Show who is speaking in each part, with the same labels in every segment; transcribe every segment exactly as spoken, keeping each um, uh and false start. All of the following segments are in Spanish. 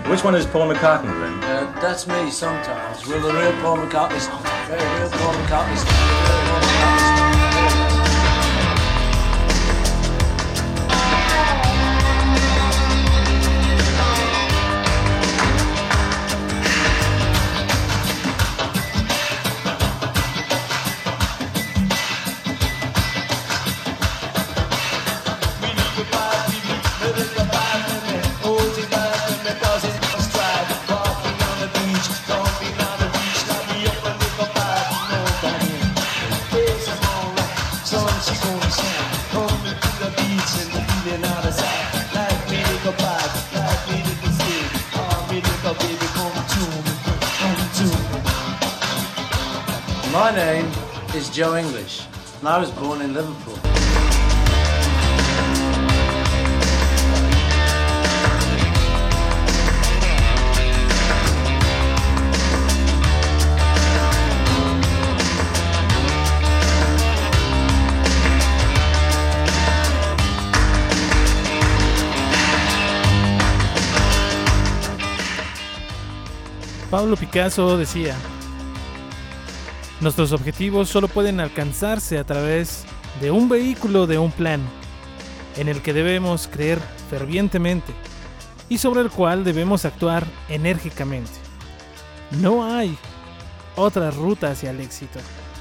Speaker 1: Which one is Paul McCartney then?
Speaker 2: Uh, that's me sometimes. Will the real Paul McCartney's very real Paul McCartney's real Paul McCartney's My name is Joe English, and I was born in Liverpool.
Speaker 3: Pablo Picasso decía: nuestros objetivos solo pueden alcanzarse a través de un vehículo, de un plan, en el que debemos creer fervientemente y sobre el cual debemos actuar enérgicamente. No hay otra ruta hacia el éxito.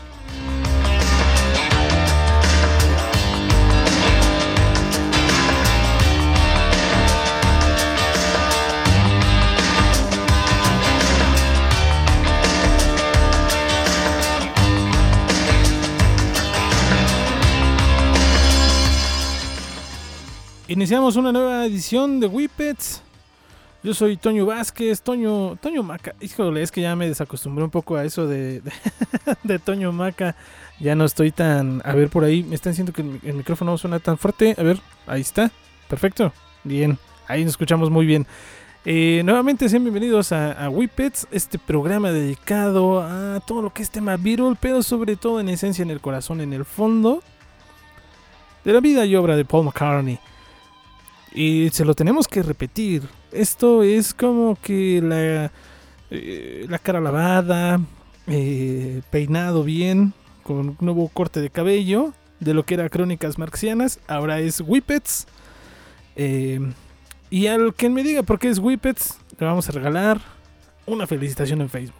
Speaker 3: Iniciamos una nueva edición de Whippets. Yo soy Toño Vázquez, Toño, Toño Maca. Híjole, es que ya me desacostumbré un poco a eso de, de, de Toño Maca. Ya no estoy tan... A ver, por ahí me están diciendo que el, el micrófono no suena tan fuerte. A ver, ahí está. Perfecto. Bien, ahí nos escuchamos muy bien. Eh, nuevamente sean bienvenidos a, a Whippets, este programa dedicado a todo lo que es tema Beatle, pero sobre todo en esencia, en el corazón, en el fondo de la vida y obra de Paul McCartney. Y se lo tenemos que repetir. Esto es como que la, eh, la cara lavada, eh, peinado bien, con un nuevo corte de cabello, de lo que era Crónicas Marxianas, ahora es Whippets. Eh, y al que me diga por qué es Whippets, le vamos a regalar una felicitación en Facebook.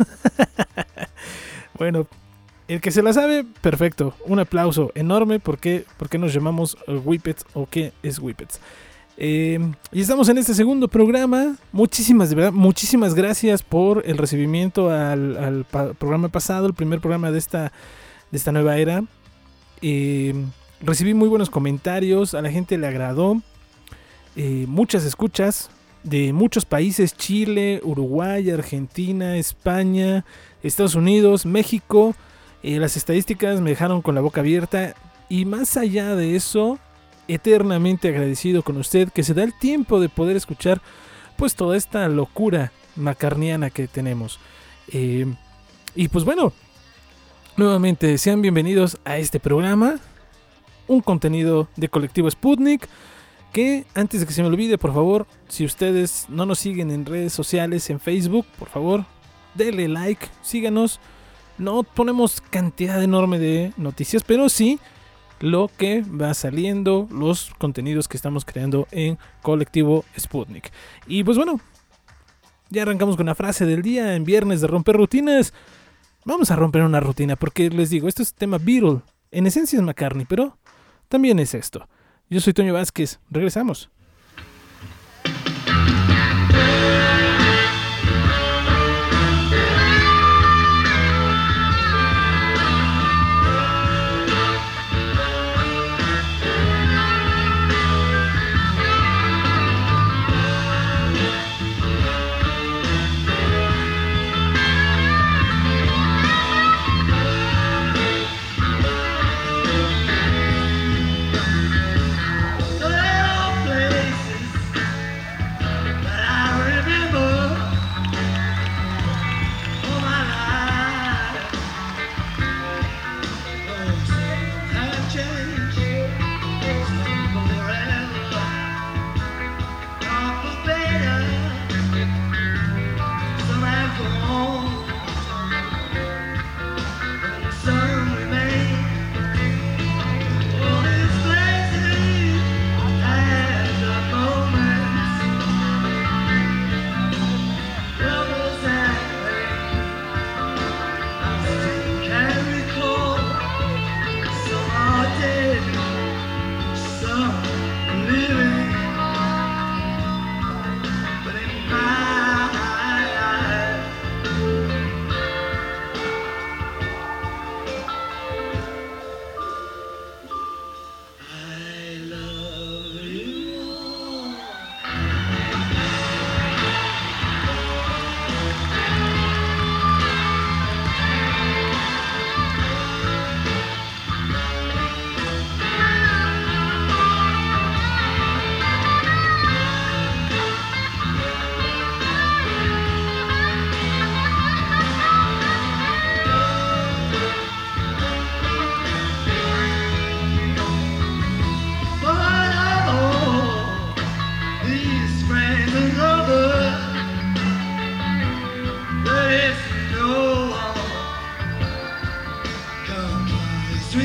Speaker 3: Bueno, el que se la sabe, perfecto. Un aplauso enorme porque, porque nos llamamos Whippets o qué es Whippets. Eh, y estamos en este segundo programa. Muchísimas, de verdad, muchísimas gracias por el recibimiento al, al pa- programa pasado, el primer programa de esta, de esta nueva era. Eh, recibí muy buenos comentarios, a la gente le agradó. Eh, muchas escuchas de muchos países: Chile, Uruguay, Argentina, España, Estados Unidos, México. Eh, las estadísticas me dejaron con la boca abierta, y más allá de eso, eternamente agradecido con usted que se da el tiempo de poder escuchar pues toda esta locura macarniana que tenemos. Eh, y pues bueno, nuevamente sean bienvenidos a este programa, un contenido de Colectivo Sputnik, que antes de que se me olvide, por favor, si ustedes no nos siguen en redes sociales, en Facebook, por favor, denle like, síganos. No ponemos cantidad enorme de noticias, pero sí lo que va saliendo, los contenidos que estamos creando en Colectivo Sputnik. Y pues bueno, ya arrancamos con la frase del día en viernes de romper rutinas. Vamos a romper una rutina porque les digo, esto es tema Beatle. En esencia es McCartney, pero también es esto. Yo soy Toño Vázquez, regresamos.
Speaker 4: Play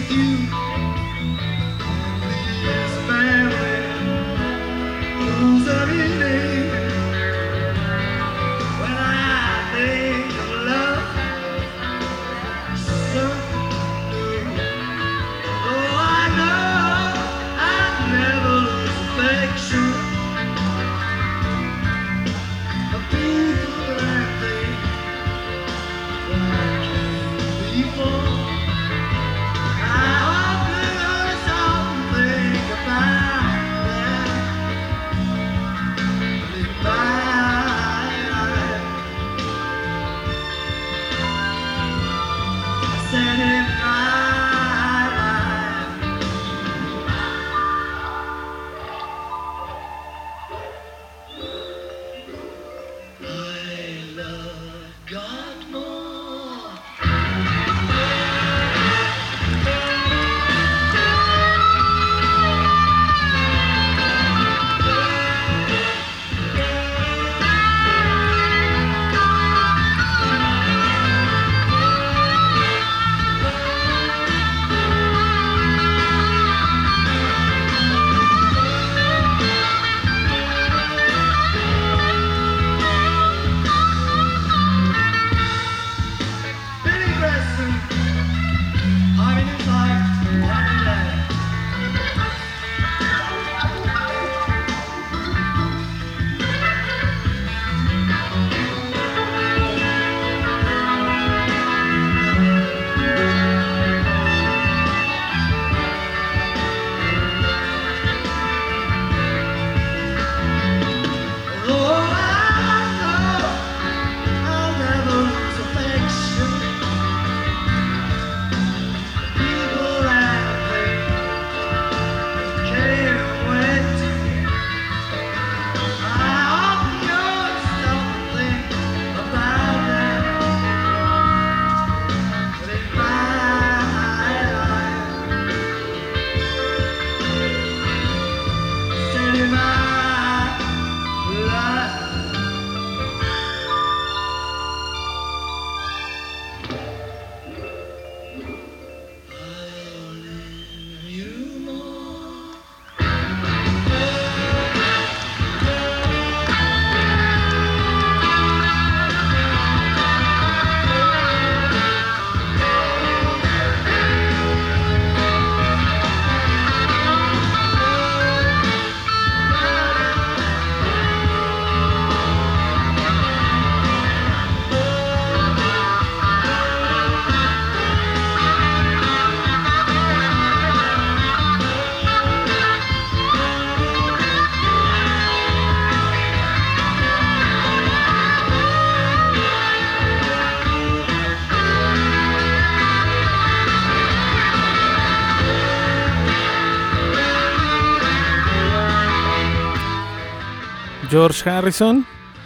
Speaker 3: George Harrison,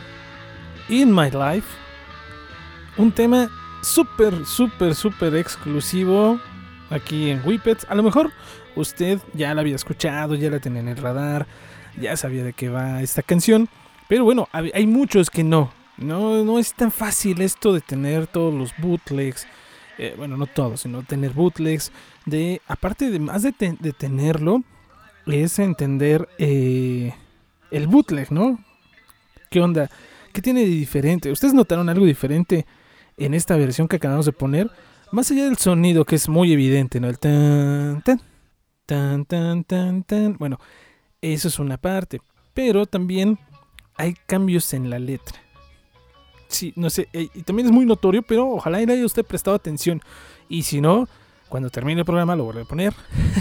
Speaker 3: In My Life, un tema súper, súper, súper exclusivo aquí en Whippets. A lo mejor usted ya la había escuchado, ya la tenía en el radar, ya sabía de qué va esta canción, pero bueno, hay muchos que no, no, no es tan fácil esto de tener todos los bootlegs, eh, bueno, no todos, sino tener bootlegs, de, aparte de más de, te, de tenerlo, es entender eh, el bootleg, ¿no? ¿Qué onda? ¿Qué tiene de diferente? ¿Ustedes notaron algo diferente en esta versión que acabamos de poner? Más allá del sonido, que es muy evidente, ¿no? El tan, tan, tan, tan, tan, tan. Bueno, eso es una parte. Pero también hay cambios en la letra. Sí, no sé, y también es muy notorio, pero ojalá haya usted prestado atención. Y si no, cuando termine el programa lo vuelve a poner.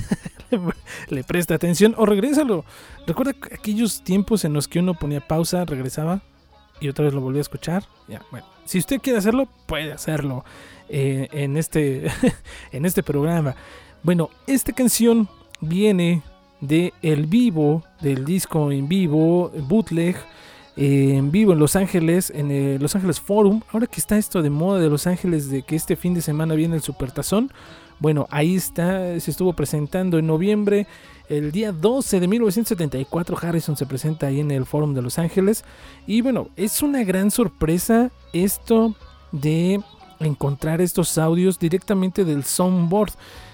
Speaker 3: Le presta atención o regrésalo. Recuerda aquellos tiempos en los que uno ponía pausa, regresaba y otra vez lo volvía a escuchar. Ya, bueno, si usted quiere hacerlo, puede hacerlo eh, en este en este programa. Bueno, esta canción viene de el vivo, del disco en vivo, bootleg, eh, en vivo en Los Ángeles, en el Los Ángeles Forum. Ahora que está esto de moda de Los Ángeles, de que este fin de semana viene el Supertazón. Bueno, ahí está, se estuvo presentando en noviembre, el día doce de mil novecientos setenta y cuatro, Harrison se presenta ahí en el Forum de Los Ángeles. Y bueno, es una gran sorpresa esto de encontrar estos audios directamente del soundboard.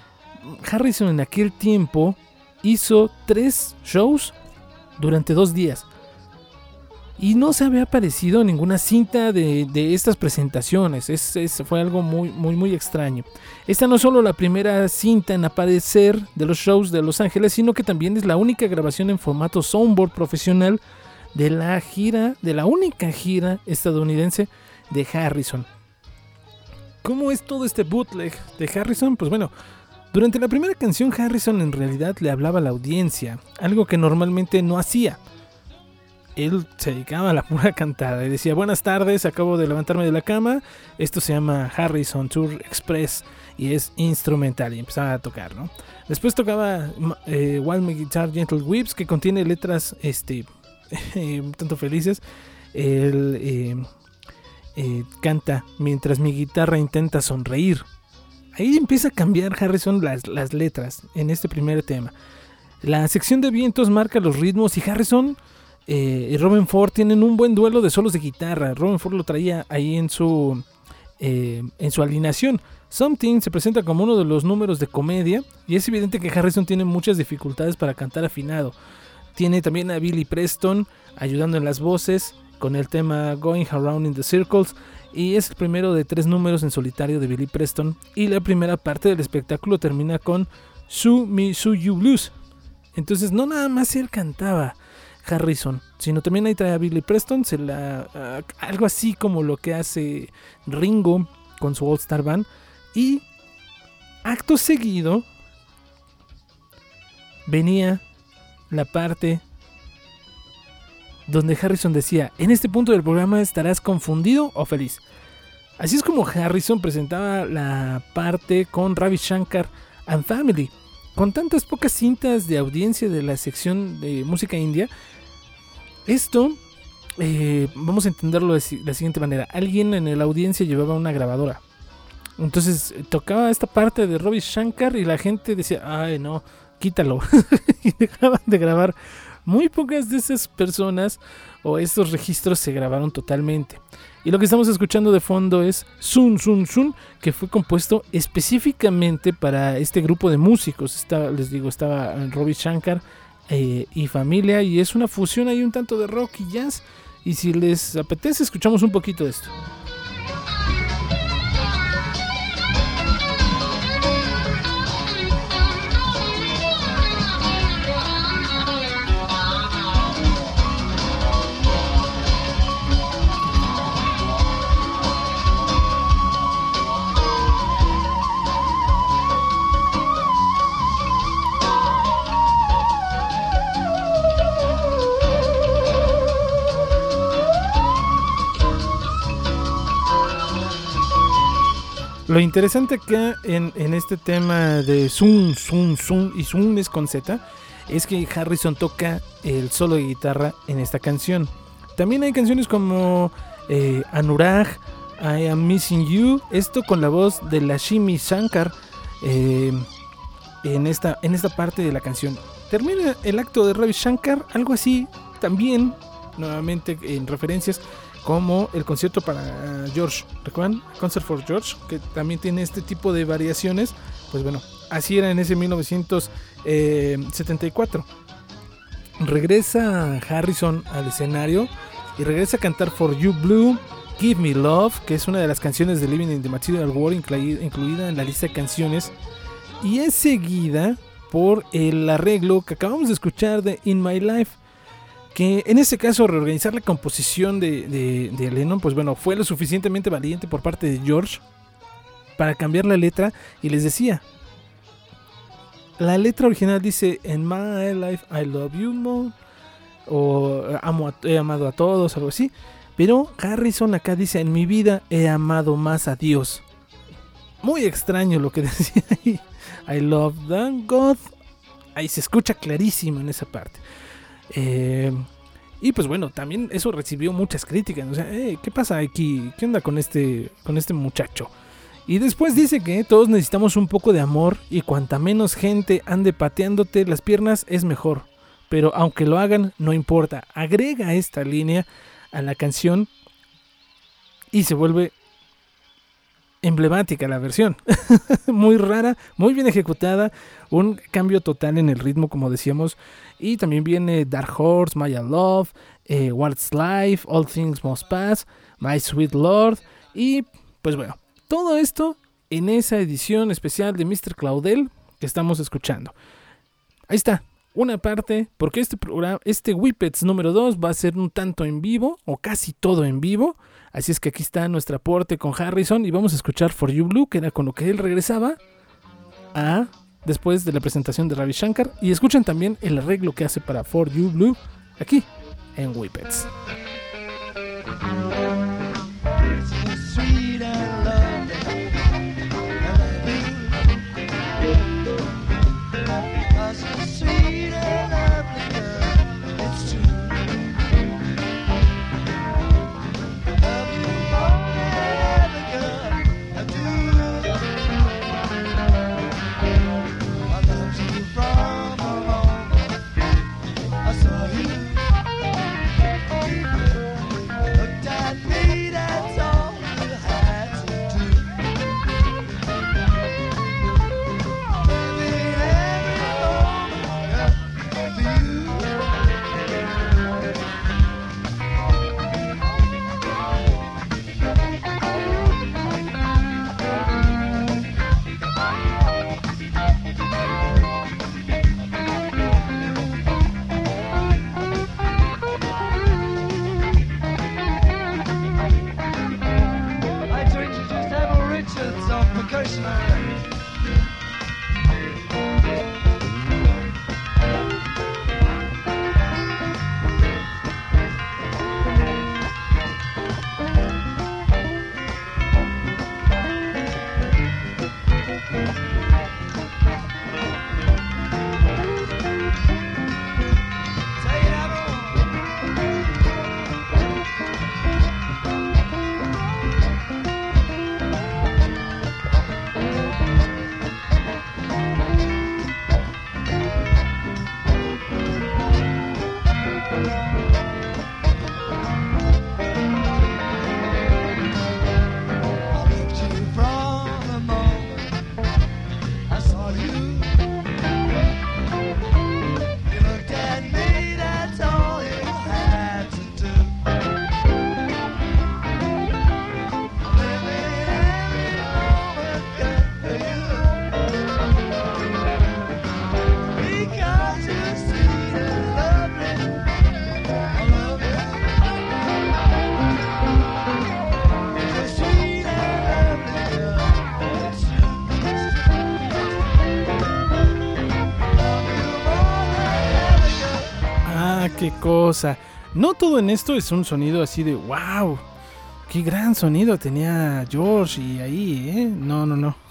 Speaker 3: Harrison en aquel tiempo hizo tres shows durante dos días. Y no se había aparecido ninguna cinta de, de estas presentaciones. Es, es, fue algo muy, muy, muy extraño. Esta no es solo la primera cinta en aparecer de los shows de Los Ángeles, sino que también es la única grabación en formato soundboard profesional de la gira, de la única gira estadounidense de Harrison. ¿Cómo es todo este bootleg de Harrison? Pues bueno, durante la primera canción Harrison en realidad le hablaba a la audiencia, algo que normalmente no hacía. Él se dedicaba a la pura cantada y decía: buenas tardes, acabo de levantarme de la cama, esto se llama Harrison Tour Express y es instrumental, y empezaba a tocar, ¿no? Después tocaba eh, While My Guitar Gentle Weeps, que contiene letras este, eh, un tanto felices. Él eh, eh, canta mientras mi guitarra intenta sonreír. Ahí empieza a cambiar Harrison las, las letras en este primer tema. La sección de vientos marca los ritmos y Harrison Eh, y Robben Ford tienen un buen duelo de solos de guitarra. Robben Ford lo traía ahí en su eh, en su alineación. Something se presenta como uno de los números de comedia y es evidente que Harrison tiene muchas dificultades para cantar afinado. Tiene también a Billy Preston ayudando en las voces con el tema Going Around in the Circles, y es el primero de tres números en solitario de Billy Preston, y la primera parte del espectáculo termina con Sue Me Sue You Blues. Entonces no nada más él cantaba Harrison, sino también ahí trae a Billy Preston, se la, uh, algo así como lo que hace Ringo con su All Star Band. Y acto seguido venía la parte donde Harrison decía: en este punto del programa estarás confundido o feliz. Así es como Harrison presentaba la parte con Ravi Shankar and Family. Con tantas pocas cintas de audiencia de la sección de música india, esto eh, vamos a entenderlo de la siguiente manera: alguien en la audiencia llevaba una grabadora, entonces tocaba esta parte de Ravi Shankar y la gente decía: ay no, quítalo. Y dejaban de grabar. Muy pocas de esas personas o estos registros se grabaron totalmente. Y lo que estamos escuchando de fondo es Sun Sun Sun, que fue compuesto específicamente para este grupo de músicos. Estaba, les digo, estaba Ravi Shankar eh, y familia, y es una fusión ahí un tanto de rock y jazz. Y si les apetece, escuchamos un poquito de esto. Lo interesante acá en, en este tema de Sun, Sun, Sun, y Sun es con Z, es que Harrison toca el solo de guitarra en esta canción. También hay canciones como eh, Anurag, I Am Missing You, esto con la voz de Lashmi Shankar eh, en, esta, en esta parte de la canción. Termina el acto de Ravi Shankar, algo así también, nuevamente en referencias, como el concierto para George, ¿recuerdan? Concert for George, que también tiene este tipo de variaciones. Pues bueno, así era en ese mil novecientos setenta y cuatro. Regresa Harrison al escenario y regresa a cantar For You Blue, Give Me Love, que es una de las canciones de Living in the Material World, incluida en la lista de canciones, y es seguida por el arreglo que acabamos de escuchar de In My Life, que en este caso reorganizar la composición de, de, de Lennon, pues bueno, fue lo suficientemente valiente por parte de George para cambiar la letra. Y les decía, la letra original dice: In my life I love you more, o amo a, he amado a todos, algo así. Pero Harrison acá dice: en mi vida he amado más a Dios. Muy extraño lo que decía ahí. I love the God. Ahí se escucha clarísimo en esa parte. Eh, y pues bueno, también eso recibió muchas críticas. O sea, hey, ¿qué pasa aquí? ¿Qué onda con este, con este muchacho? Y después dice que todos necesitamos un poco de amor, y cuanta menos gente ande pateándote las piernas es mejor. Pero aunque lo hagan, no importa. Agrega esta línea a la canción y se vuelve emblemática la versión. Muy rara, muy bien ejecutada, un cambio total en el ritmo, como decíamos. Y también viene Dark Horse, My Love, eh, What's Life, All Things Must Pass, My Sweet Lord. Y pues bueno, todo esto en esa edición especial de mister Claudel que estamos escuchando. Ahí está, una parte, porque este programa, este Whippets número dos va a ser un tanto en vivo, o casi todo en vivo. Así es que aquí está nuestro aporte con Harrison y vamos a escuchar For You Blue, que era con lo que él regresaba a después de la presentación de Ravi Shankar. Y escuchen también el arreglo que hace para For You Blue aquí en Whippets. Qué cosa. No todo en esto es un sonido así de wow, qué gran sonido tenía George y ahí, ¿eh? No, no, no.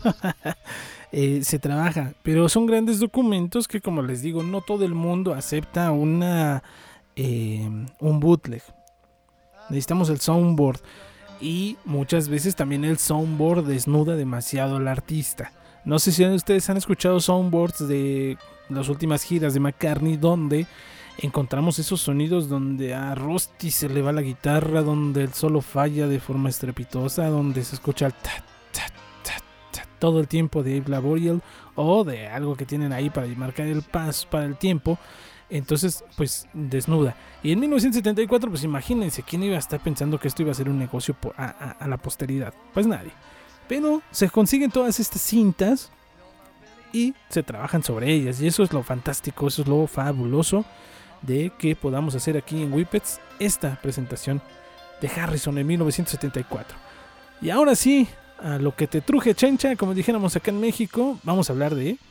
Speaker 3: eh, se trabaja, pero son grandes documentos que, como les digo, no todo el mundo acepta una eh, un bootleg. Necesitamos el soundboard y muchas veces también el soundboard desnuda demasiado al artista. No sé si ustedes han escuchado soundboards de las últimas giras de McCartney donde encontramos esos sonidos donde a Rusty se le va la guitarra, donde el solo falla de forma estrepitosa, donde se escucha el ta, ta, ta, ta, todo el tiempo de Abe Laboriel o de algo que tienen ahí para marcar el paso para el tiempo. Entonces, pues desnuda. Y en mil novecientos setenta y cuatro, pues imagínense, ¿quién iba a estar pensando que esto iba a ser un negocio a, a, a la posteridad? Pues nadie. Pero se consiguen todas estas cintas y se trabajan sobre ellas. Y eso es lo fantástico, eso es lo fabuloso de que podamos hacer aquí en Whippets esta presentación de Harrison en mil novecientos setenta y cuatro. Y ahora sí, a lo que te truje, chencha, como dijéramos acá en México, vamos a hablar de...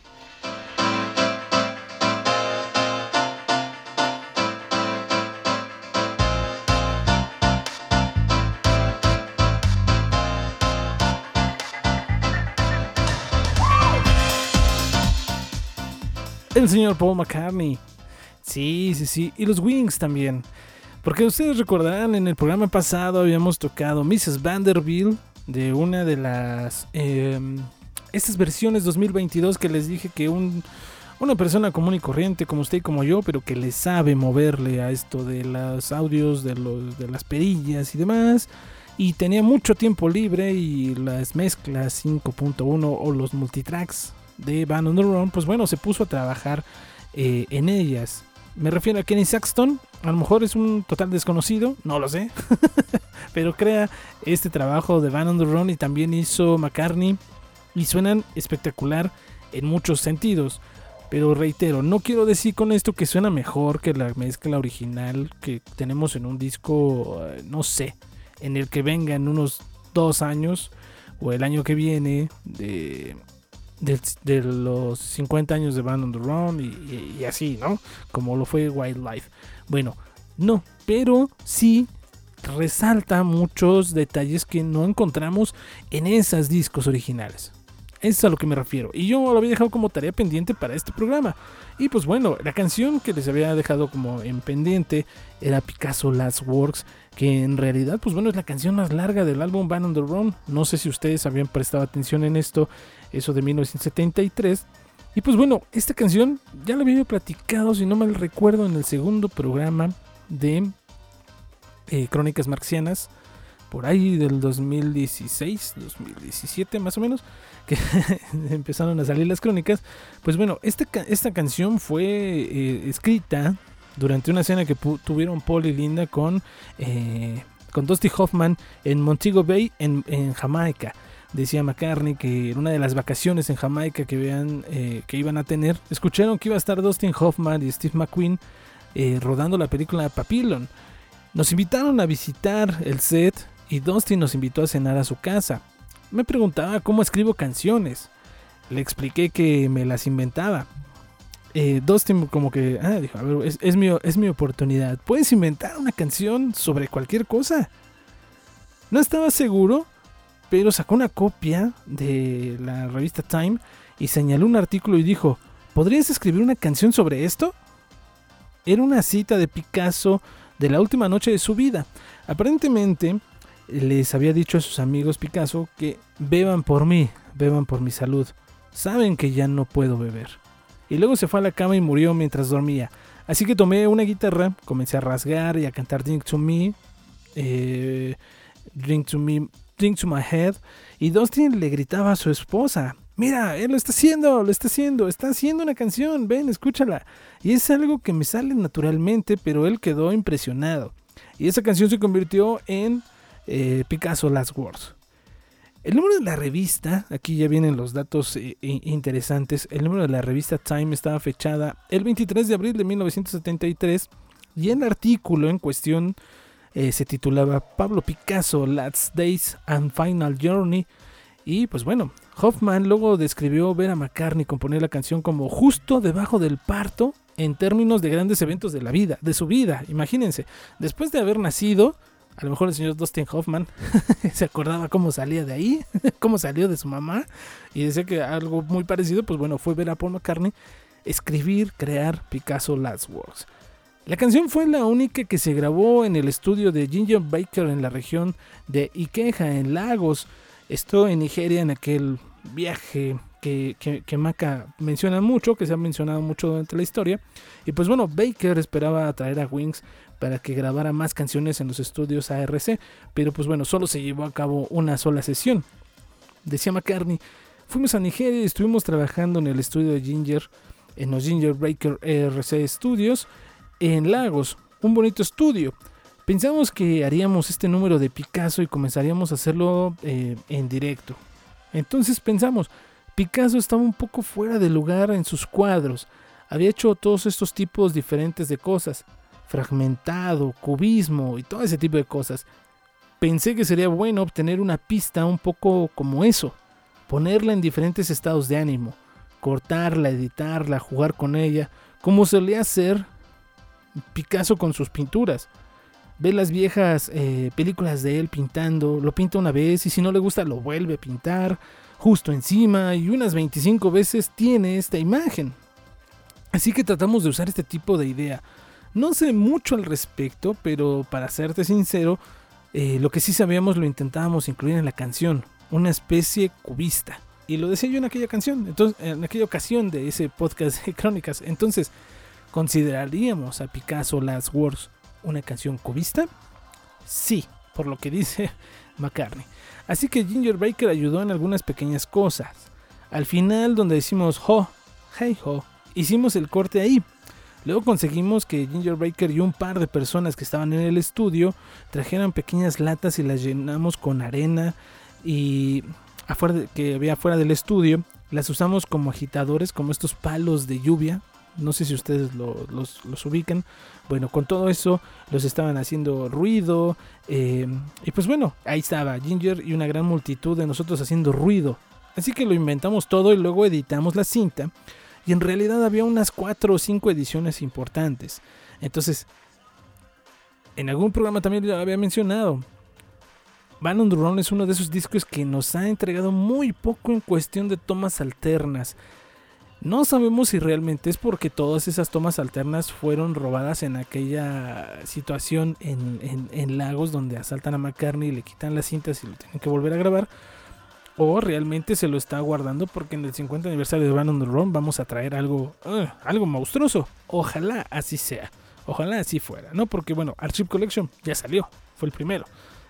Speaker 3: el señor Paul McCartney. Sí, sí, sí. Y los Wings también. Porque ustedes recordarán, en el programa pasado habíamos tocado missus Vanderbilt, de una de las... Eh, estas versiones dos mil veintidós que les dije que un, una persona común y corriente como usted y como yo, pero que le sabe moverle a esto de los audios, de, los, de las perillas y demás, y tenía mucho tiempo libre y las mezclas cinco punto uno o los multitracks de Band on the Run, pues bueno, se puso a trabajar eh, en ellas. Me refiero a Kenny Saxton, a lo mejor es un total desconocido, no lo sé, pero crea este trabajo de Band on the Run y también hizo McCartney y suenan espectacular en muchos sentidos. Pero reitero, no quiero decir con esto que suena mejor que la mezcla original que tenemos en un disco, no sé, en el que venga en unos dos años o el año que viene de... De, de los cincuenta años de Band on the Run y, y, y así, ¿no? Como lo fue Wildlife. Bueno, no, pero sí resalta muchos detalles que no encontramos en esos discos originales. Eso es a lo que me refiero. Y yo lo había dejado como tarea pendiente para este programa. Y pues bueno, la canción que les había dejado como en pendiente era Picasso Last Works, que en realidad, pues bueno, es la canción más larga del álbum Band on the Run. No sé si ustedes habían prestado atención en esto, eso de mil novecientos setenta y tres. Y pues bueno, esta canción ya la había platicado, si no mal recuerdo, en el segundo programa de eh, Crónicas Marxianas, por ahí del dos mil dieciséis, dos mil diecisiete más o menos, que empezaron a salir las crónicas. Pues bueno, esta, esta canción fue eh, escrita durante una cena que pu- tuvieron Paul y Linda con, eh, con Dusty Hoffman en Montego Bay, en, en Jamaica. Decía McCartney que en una de las vacaciones en Jamaica que, vean, eh, que iban a tener, escucharon que iba a estar Dustin Hoffman y Steve McQueen eh, rodando la película Papillon. Nos invitaron a visitar el set y Dustin nos invitó a cenar a su casa. Me preguntaba cómo escribo canciones. Le expliqué que me las inventaba. Eh, Dustin como que, ah, dijo, a ver, es, es, mi, es mi oportunidad. ¿Puedes inventar una canción sobre cualquier cosa? No estaba seguro, pero sacó una copia de la revista Time y señaló un artículo y dijo, ¿podrías escribir una canción sobre esto? Era una cita de Picasso de la última noche de su vida. Aparentemente les había dicho a sus amigos Picasso que beban por mí, beban por mi salud. Saben que ya no puedo beber. Y luego se fue a la cama y murió mientras dormía. Así que tomé una guitarra, comencé a rasgar y a cantar Drink to Me, eh, Drink to Me, Drink to My Head. Y Dustin le gritaba a su esposa, mira, él lo está haciendo, lo está haciendo, está haciendo una canción, ven, escúchala. Y es algo que me sale naturalmente, pero él quedó impresionado. Y esa canción se convirtió en eh, Picasso Last Words. El número de la revista, aquí ya vienen los datos eh, interesantes, el número de la revista Time estaba fechada el veintitrés de abril de mil novecientos setenta y tres y el artículo en cuestión eh, se titulaba Pablo Picasso Last Days and Final Journey. Y pues bueno, Hoffman luego describió ver a McCartney componer la canción como justo debajo del parto en términos de grandes eventos de la vida, de su vida. Imagínense, después de haber nacido, a lo mejor el señor Dustin Hoffman se acordaba cómo salía de ahí, cómo salió de su mamá, y decía que algo muy parecido, pues bueno, fue ver a Paul McCartney escribir, crear Picasso Last Words. La canción fue la única que se grabó en el estudio de Ginger Baker en la región de Ikeja, en Lagos. Esto en Nigeria, en aquel viaje que, que, que Maca menciona mucho, que se ha mencionado mucho durante la historia. Y pues bueno, Baker esperaba traer a Wings para que grabara más canciones en los estudios A R C, pero pues bueno, solo se llevó a cabo una sola sesión. Decía McCartney, fuimos a Nigeria y estuvimos trabajando en el estudio de Ginger, en los Ginger Baker A R C Studios, en Lagos, un bonito estudio. Pensamos que haríamos este número de Picasso y comenzaríamos a hacerlo eh, en directo. Entonces pensamos, Picasso estaba un poco fuera de lugar en sus cuadros. Había hecho todos estos tipos diferentes de cosas. Fragmentado, cubismo y todo ese tipo de cosas. Pensé que sería bueno obtener una pista un poco como eso. Ponerla en diferentes estados de ánimo. Cortarla, editarla, jugar con ella. Como solía hacer Picasso con sus pinturas. Ve las viejas eh, películas de él pintando, lo pinta una vez y si no le gusta lo vuelve a pintar justo encima y unas veinticinco veces tiene esta imagen. Así que tratamos de usar este tipo de idea. No sé mucho al respecto, pero para serte sincero, eh, lo que sí sabíamos lo intentábamos incluir en la canción, una especie cubista. Y lo decía yo en aquella canción, entonces, en aquella ocasión de ese podcast de Crónicas. Entonces, ¿consideraríamos a Picasso Last Words una canción cubista? Sí, por lo que dice McCartney. Así que Ginger Baker ayudó en algunas pequeñas cosas. Al final, donde decimos ho, hey ho, hicimos el corte ahí. Luego conseguimos que Ginger Baker y un par de personas que estaban en el estudio trajeran pequeñas latas y las llenamos con arena y afuera de, que había afuera del estudio. Las usamos como agitadores, como estos palos de lluvia. No sé si ustedes lo, los, los ubican. Bueno, con todo eso los estaban haciendo ruido. Eh, y pues bueno, ahí estaba Ginger y una gran multitud de nosotros haciendo ruido. Así que lo inventamos todo y luego editamos la cinta. Y en realidad había unas cuatro o cinco ediciones importantes. Entonces, en algún programa también lo había mencionado. Band on the Run es uno de esos discos que nos ha entregado muy poco en cuestión de tomas alternas. No sabemos si realmente es porque todas esas tomas alternas fueron robadas en aquella situación en, en, en Lagos, donde asaltan a McCartney y le quitan las cintas y lo tienen que volver a grabar. O realmente se lo está guardando porque en el cincuenta aniversario de Band on the Run vamos a traer algo, uh, algo monstruoso. Ojalá así sea. Ojalá así fuera, ¿no? Porque bueno, Archive Collection ya salió. Fue el primero.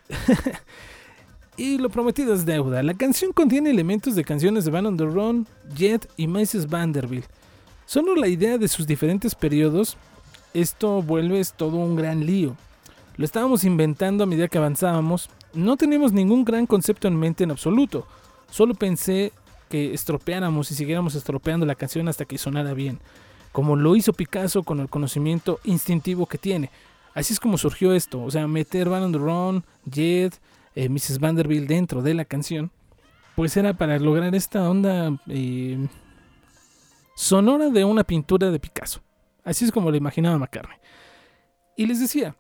Speaker 3: Y lo prometido es deuda. La canción contiene elementos de canciones de Band on the Run, Jet y missus Vanderbilt. Solo la idea de sus diferentes periodos, esto vuelve todo un gran lío. Lo estábamos inventando a medida que avanzábamos. No teníamos ningún gran concepto en mente en absoluto. Solo pensé que estropeáramos y siguiéramos estropeando la canción hasta que sonara bien, como lo hizo Picasso con el conocimiento instintivo que tiene. Así es como surgió esto, o sea, meter Band on the Run, Jet, eh, missus Vanderbilt dentro de la canción, pues era para lograr esta onda eh, sonora de una pintura de Picasso. Así es como lo imaginaba McCartney. Y les decía,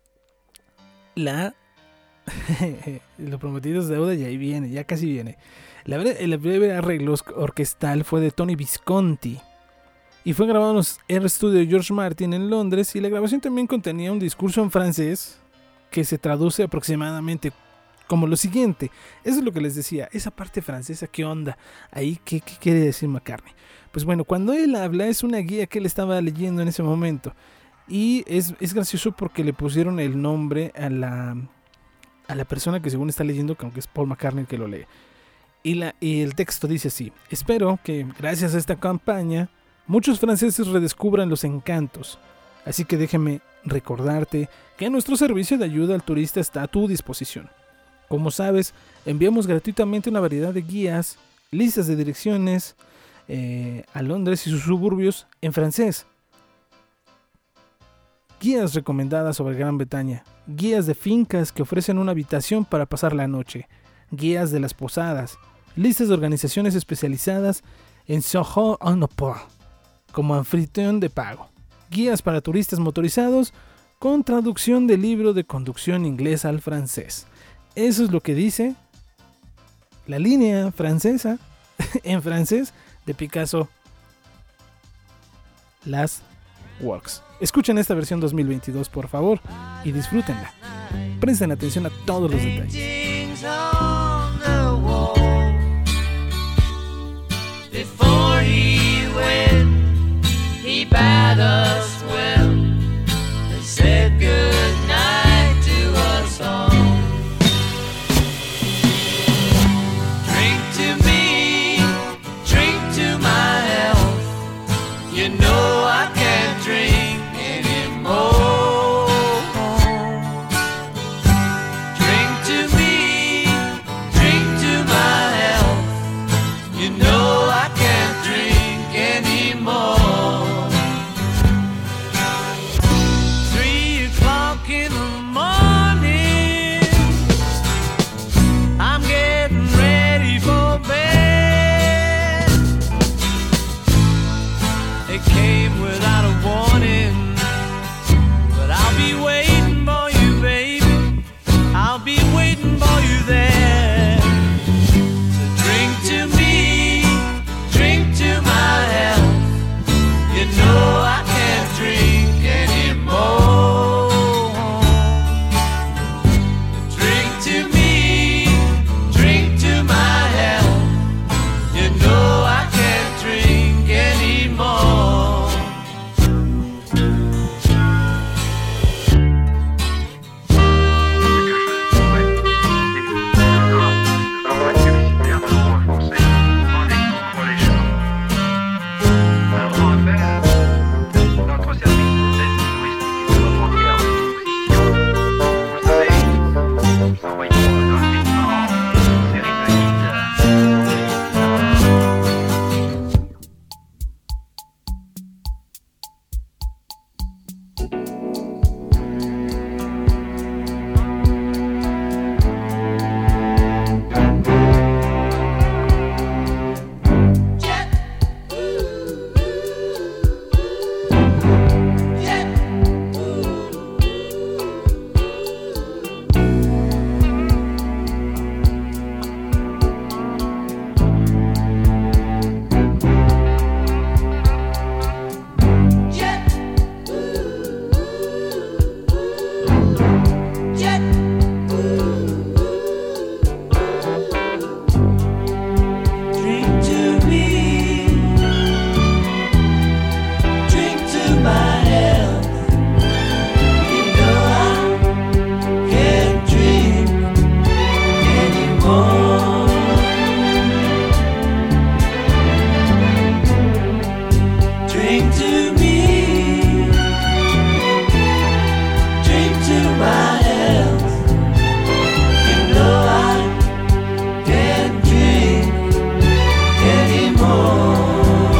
Speaker 3: la lo prometido es deuda y ahí viene, ya casi viene. La breve, el breve arreglo orquestal fue de Tony Visconti y fue grabado en los Air Studio de George Martin en Londres, y la grabación también contenía un discurso en francés que se traduce aproximadamente como lo siguiente. Eso es lo que les decía, esa parte francesa, ¿qué onda? Ahí, ¿qué, qué quiere decir McCartney? Pues bueno, cuando él habla es una guía que él estaba leyendo en ese momento, y es, es gracioso porque le pusieron el nombre a la... a la persona que según está leyendo, que aunque es Paul McCartney que lo lee. Y, la, y el texto dice así: espero que gracias a esta campaña muchos franceses redescubran los encantos. Así que déjeme recordarte que nuestro servicio de ayuda al turista está a tu disposición. Como sabes, enviamos gratuitamente una variedad de guías, listas de direcciones eh, a Londres y sus suburbios en francés. Guías recomendadas sobre Gran Bretaña, guías de fincas que ofrecen una habitación para pasar la noche, guías de las posadas, listas de organizaciones especializadas en Soho en Opera como anfitrión de pago, guías para turistas motorizados con traducción del libro de conducción inglés al francés. Eso es lo que dice la línea francesa en francés de Picasso Last Works. Escuchen esta versión dos mil veintidós, por favor, y disfrútenla. Presten atención a todos los detalles.
Speaker 2: Drink to me, drink to my health. You know I can't drink anymore.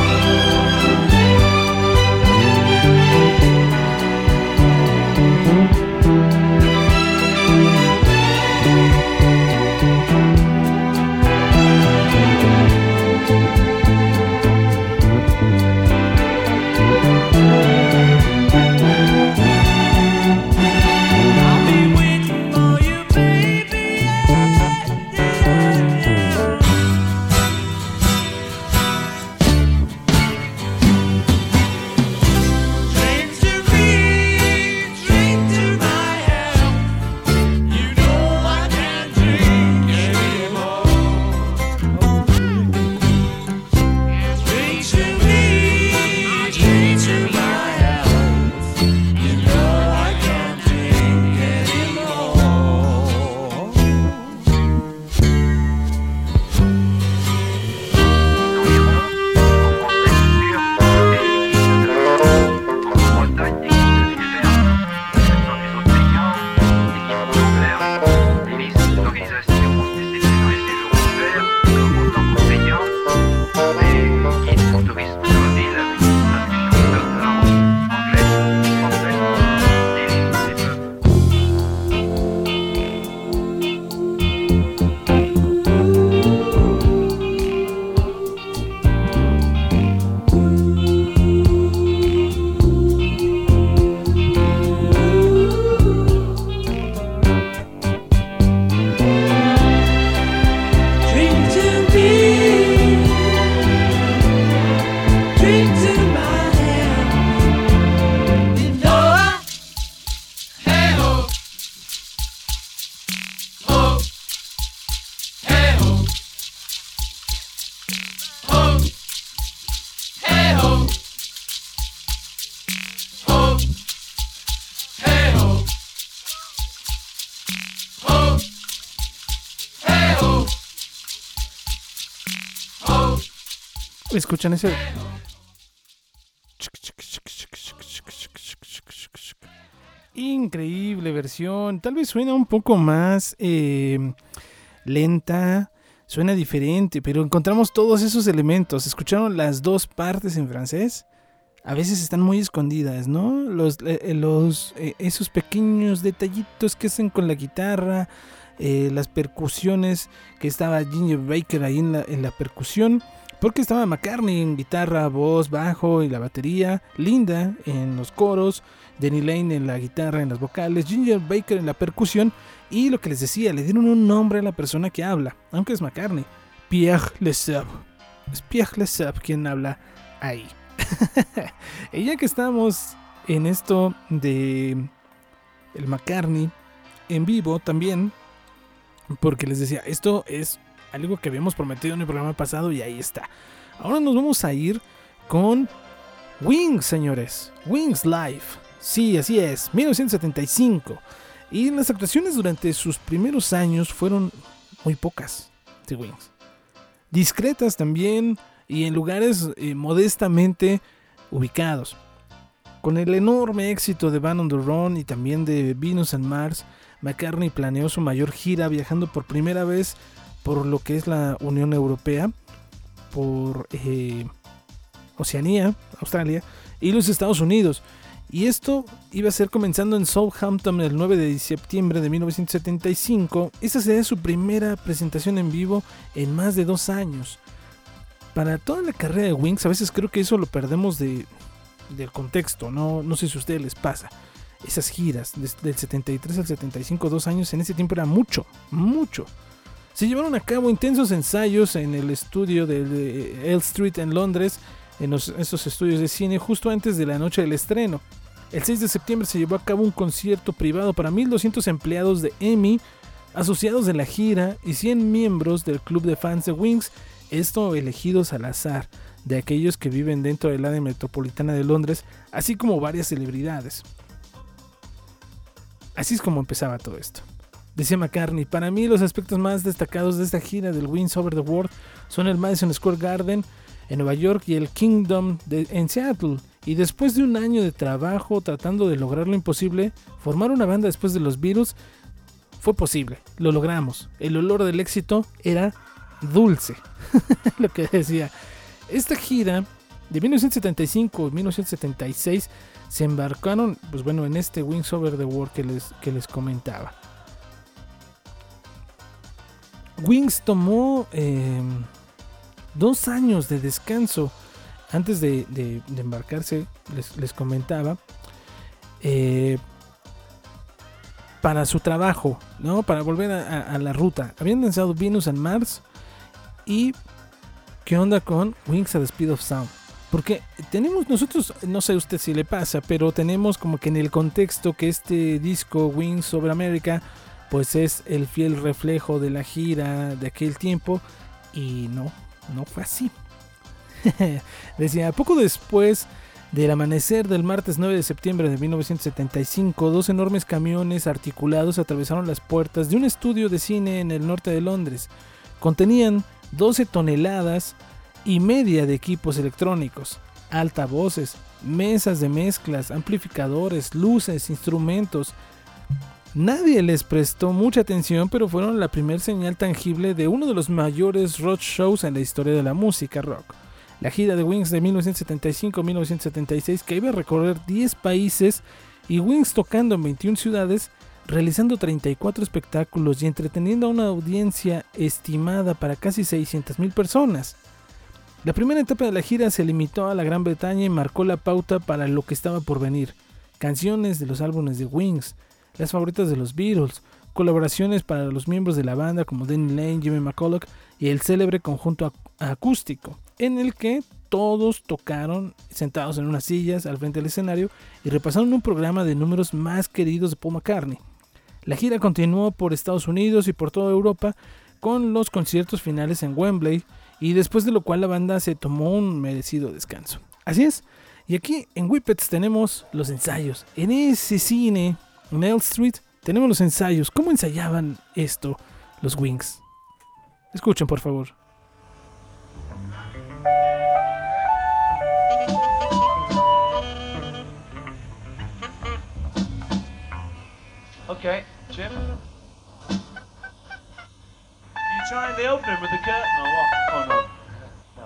Speaker 3: ¿Escuchan ese? Increíble versión. Tal vez suena un poco más eh, lenta, suena diferente, pero encontramos todos esos elementos. ¿Escucharon las dos partes en francés? A veces están muy escondidas, ¿no? Los, eh, los, eh, esos pequeños detallitos que hacen con la guitarra, eh, las percusiones, que estaba Ginger Baker ahí en la, en la percusión. Porque estaba McCartney en guitarra, voz, bajo y la batería, Linda en los coros, Denny Lane en la guitarra, en las vocales, Ginger Baker en la percusión y lo que les decía, le dieron un nombre a la persona que habla, aunque es McCartney, Pierre Lesub. Es Pierre Lesub quien habla ahí. Y ya que estamos en esto de el McCartney en vivo también, porque les decía, esto es algo que habíamos prometido en el programa pasado y ahí está. Ahora nos vamos a ir con Wings, señores. Wings Live. Sí, así es. mil novecientos setenta y cinco. Y las actuaciones durante sus primeros años fueron muy pocas de Wings. Discretas también y en lugares eh, modestamente ubicados. Con el enorme éxito de Band on the Run y también de Venus and Mars, McCartney planeó su mayor gira viajando por primera vez por lo que es la Unión Europea, por eh, Oceanía, Australia y los Estados Unidos. Y esto iba a ser comenzando en Southampton el nueve de septiembre de mil novecientos setenta y cinco. Esta sería su primera presentación en vivo en más de dos años. Para toda la carrera de Wings, a veces creo que eso lo perdemos de, del contexto, no, no sé si a ustedes les pasa. Esas giras, desde del setenta y tres al setenta y cinco, dos años, en ese tiempo era mucho, mucho. Se llevaron a cabo intensos ensayos en el estudio de Elm Street en Londres, en los, esos estudios de cine, justo antes de la noche del estreno. El seis de septiembre se llevó a cabo un concierto privado para mil doscientos empleados de E M I, asociados de la gira y cien miembros del club de fans de Wings, esto elegidos al azar, de aquellos que viven dentro del área metropolitana de Londres, así como varias celebridades. Así es como empezaba todo esto. Decía McCartney, para mí los aspectos más destacados de esta gira del Wings Over the World son el Madison Square Garden en Nueva York y el Kingdom de, en Seattle. Y después de un año de trabajo tratando de lograr lo imposible, formar una banda después de los Beatles fue posible, lo logramos. El olor del éxito era dulce, lo que decía. Esta gira de mil novecientos setenta y cinco y mil novecientos setenta y seis se embarcaron, pues bueno, en este Wings Over the World que les, que les comentaba. Wings tomó eh, dos años de descanso antes de, de, de embarcarse, les, les comentaba, eh, para su trabajo, ¿no? Para volver a, a, a la ruta. Habían lanzado Venus and Mars y ¿qué onda con Wings at the Speed of Sound? Porque tenemos nosotros, no sé a usted si le pasa, pero tenemos como que en el contexto que este disco Wings Over America pues es el fiel reflejo de la gira de aquel tiempo, y no, no fue así. Decía, poco después del amanecer del martes nueve de septiembre de mil novecientos setenta y cinco, dos enormes camiones articulados atravesaron las puertas de un estudio de cine en el norte de Londres. Contenían doce toneladas y media de equipos electrónicos, altavoces, mesas de mezclas, amplificadores, luces, instrumentos. Nadie les prestó mucha atención, pero fueron la primera señal tangible de uno de los mayores road shows en la historia de la música rock. La gira de Wings de mil novecientos setenta y cinco a mil novecientos setenta y seis, que iba a recorrer diez países y Wings tocando en veintiuna ciudades, realizando treinta y cuatro espectáculos y entreteniendo a una audiencia estimada para casi seiscientas mil personas. La primera etapa de la gira se limitó a la Gran Bretaña y marcó la pauta para lo que estaba por venir. Canciones de los álbumes de Wings, las favoritas de los Beatles, colaboraciones para los miembros de la banda como Denny Laine, Jimmy McCulloch y el célebre conjunto ac- acústico, en el que todos tocaron sentados en unas sillas al frente del escenario y repasaron un programa de números más queridos de Paul McCartney. La gira continuó por Estados Unidos y por toda Europa con los conciertos finales en Wembley, y después de lo cual la banda se tomó un merecido descanso. Así es, y aquí en Whippets tenemos los ensayos. En ese cine, en Elm Street, tenemos los ensayos. ¿Cómo ensayaban esto los Wings? Escuchen, por favor.
Speaker 2: Okay, Jim. You trying the opening with the curtain or what? Oh no. No.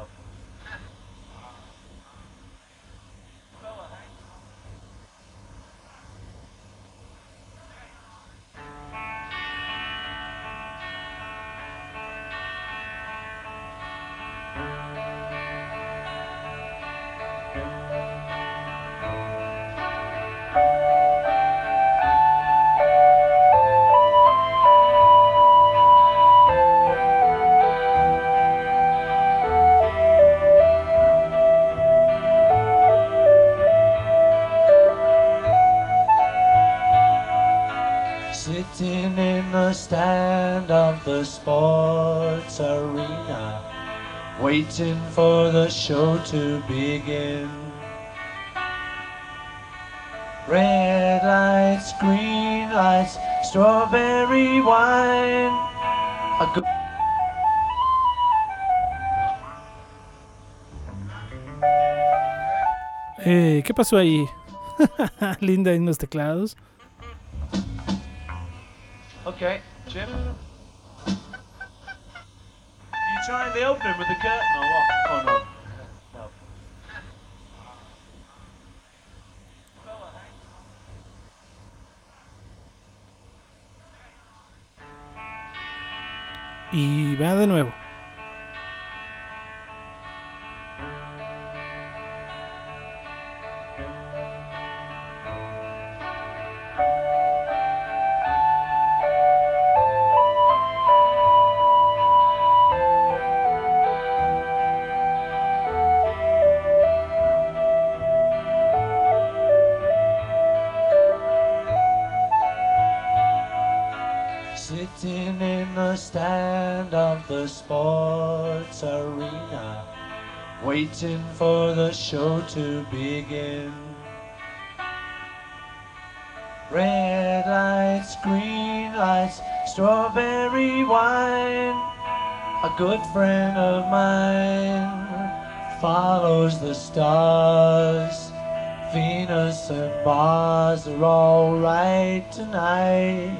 Speaker 2: Sitting in the stand of the sports arena, waiting for the show to begin. Red lights, green lights, strawberry wine. A good
Speaker 3: Eh, ¿Qué pasó ahí? Linda en los teclados.
Speaker 2: Okay, Jim. You trying the opening with the curtain or what? Oh no. No.
Speaker 3: Y va de nuevo.
Speaker 2: Sitting in the stand of the sports arena, waiting for the show to begin. Red lights, green lights, strawberry wine. A good friend of mine follows the stars Venus and Mars are all right tonight.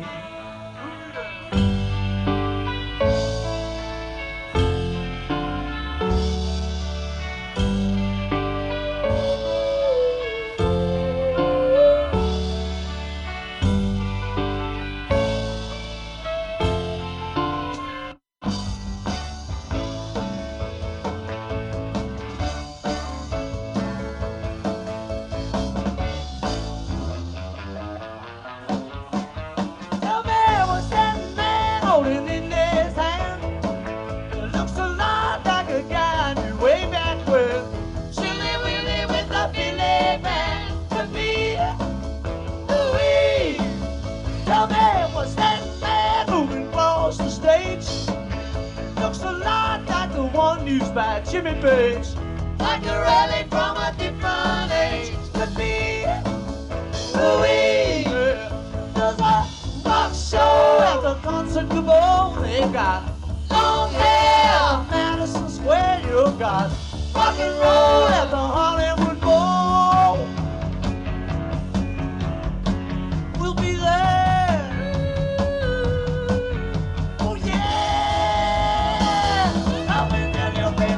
Speaker 1: Jimmy Page, like a relic from a different age. Could be Louis. There's a rock show at the concert Gabon. They've got long hair, Madison Square. You've got rock and roll at the Hollywood Bowl. We'll be there. Oh yeah, I'll be there, you baby.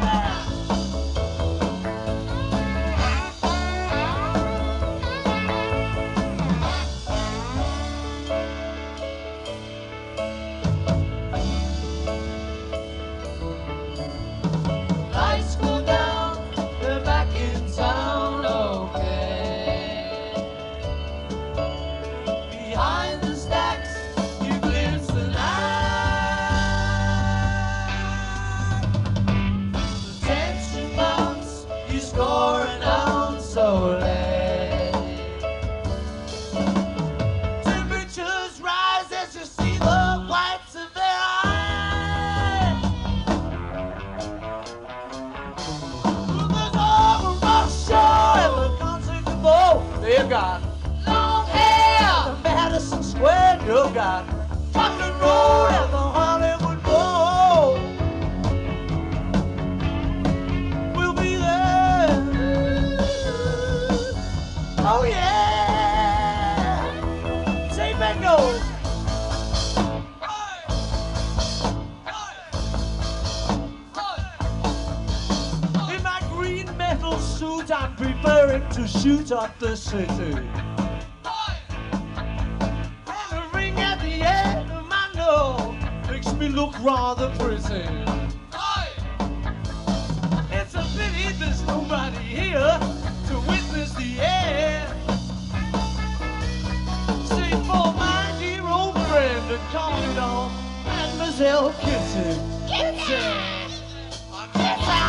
Speaker 1: Got long hair, Madison Square. You got rock and roll at the Hollywood Bowl. We'll be there. Oh yeah. Say bingo. In my green metal suit, I'm preparing to shoot up the city. And a ring at the end of my nose makes me look rather pretty. It's a pity there's nobody here to witness the end. Say for my dear old friend and call it on Mademoiselle Kitty. Kitty! Kitty!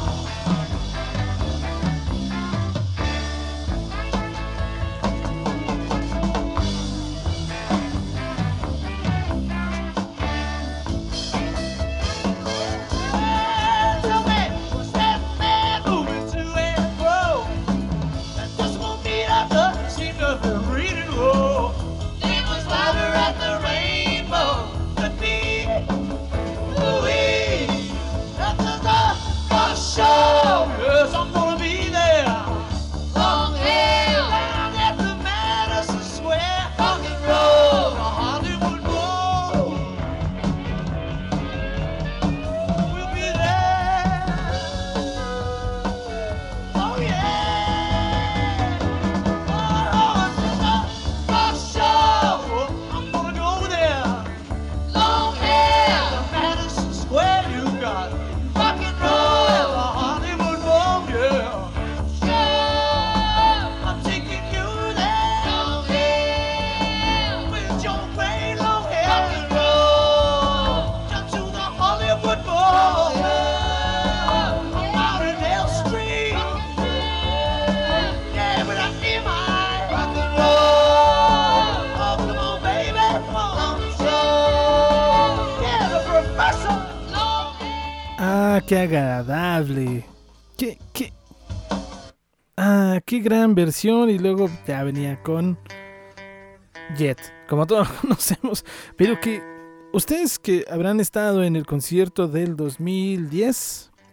Speaker 3: Qué agradable. Qué, qué. Ah, qué gran versión. Y luego ya venía con Jet, como todos conocemos. Pero que ustedes que habrán estado en el concierto del dos mil diez,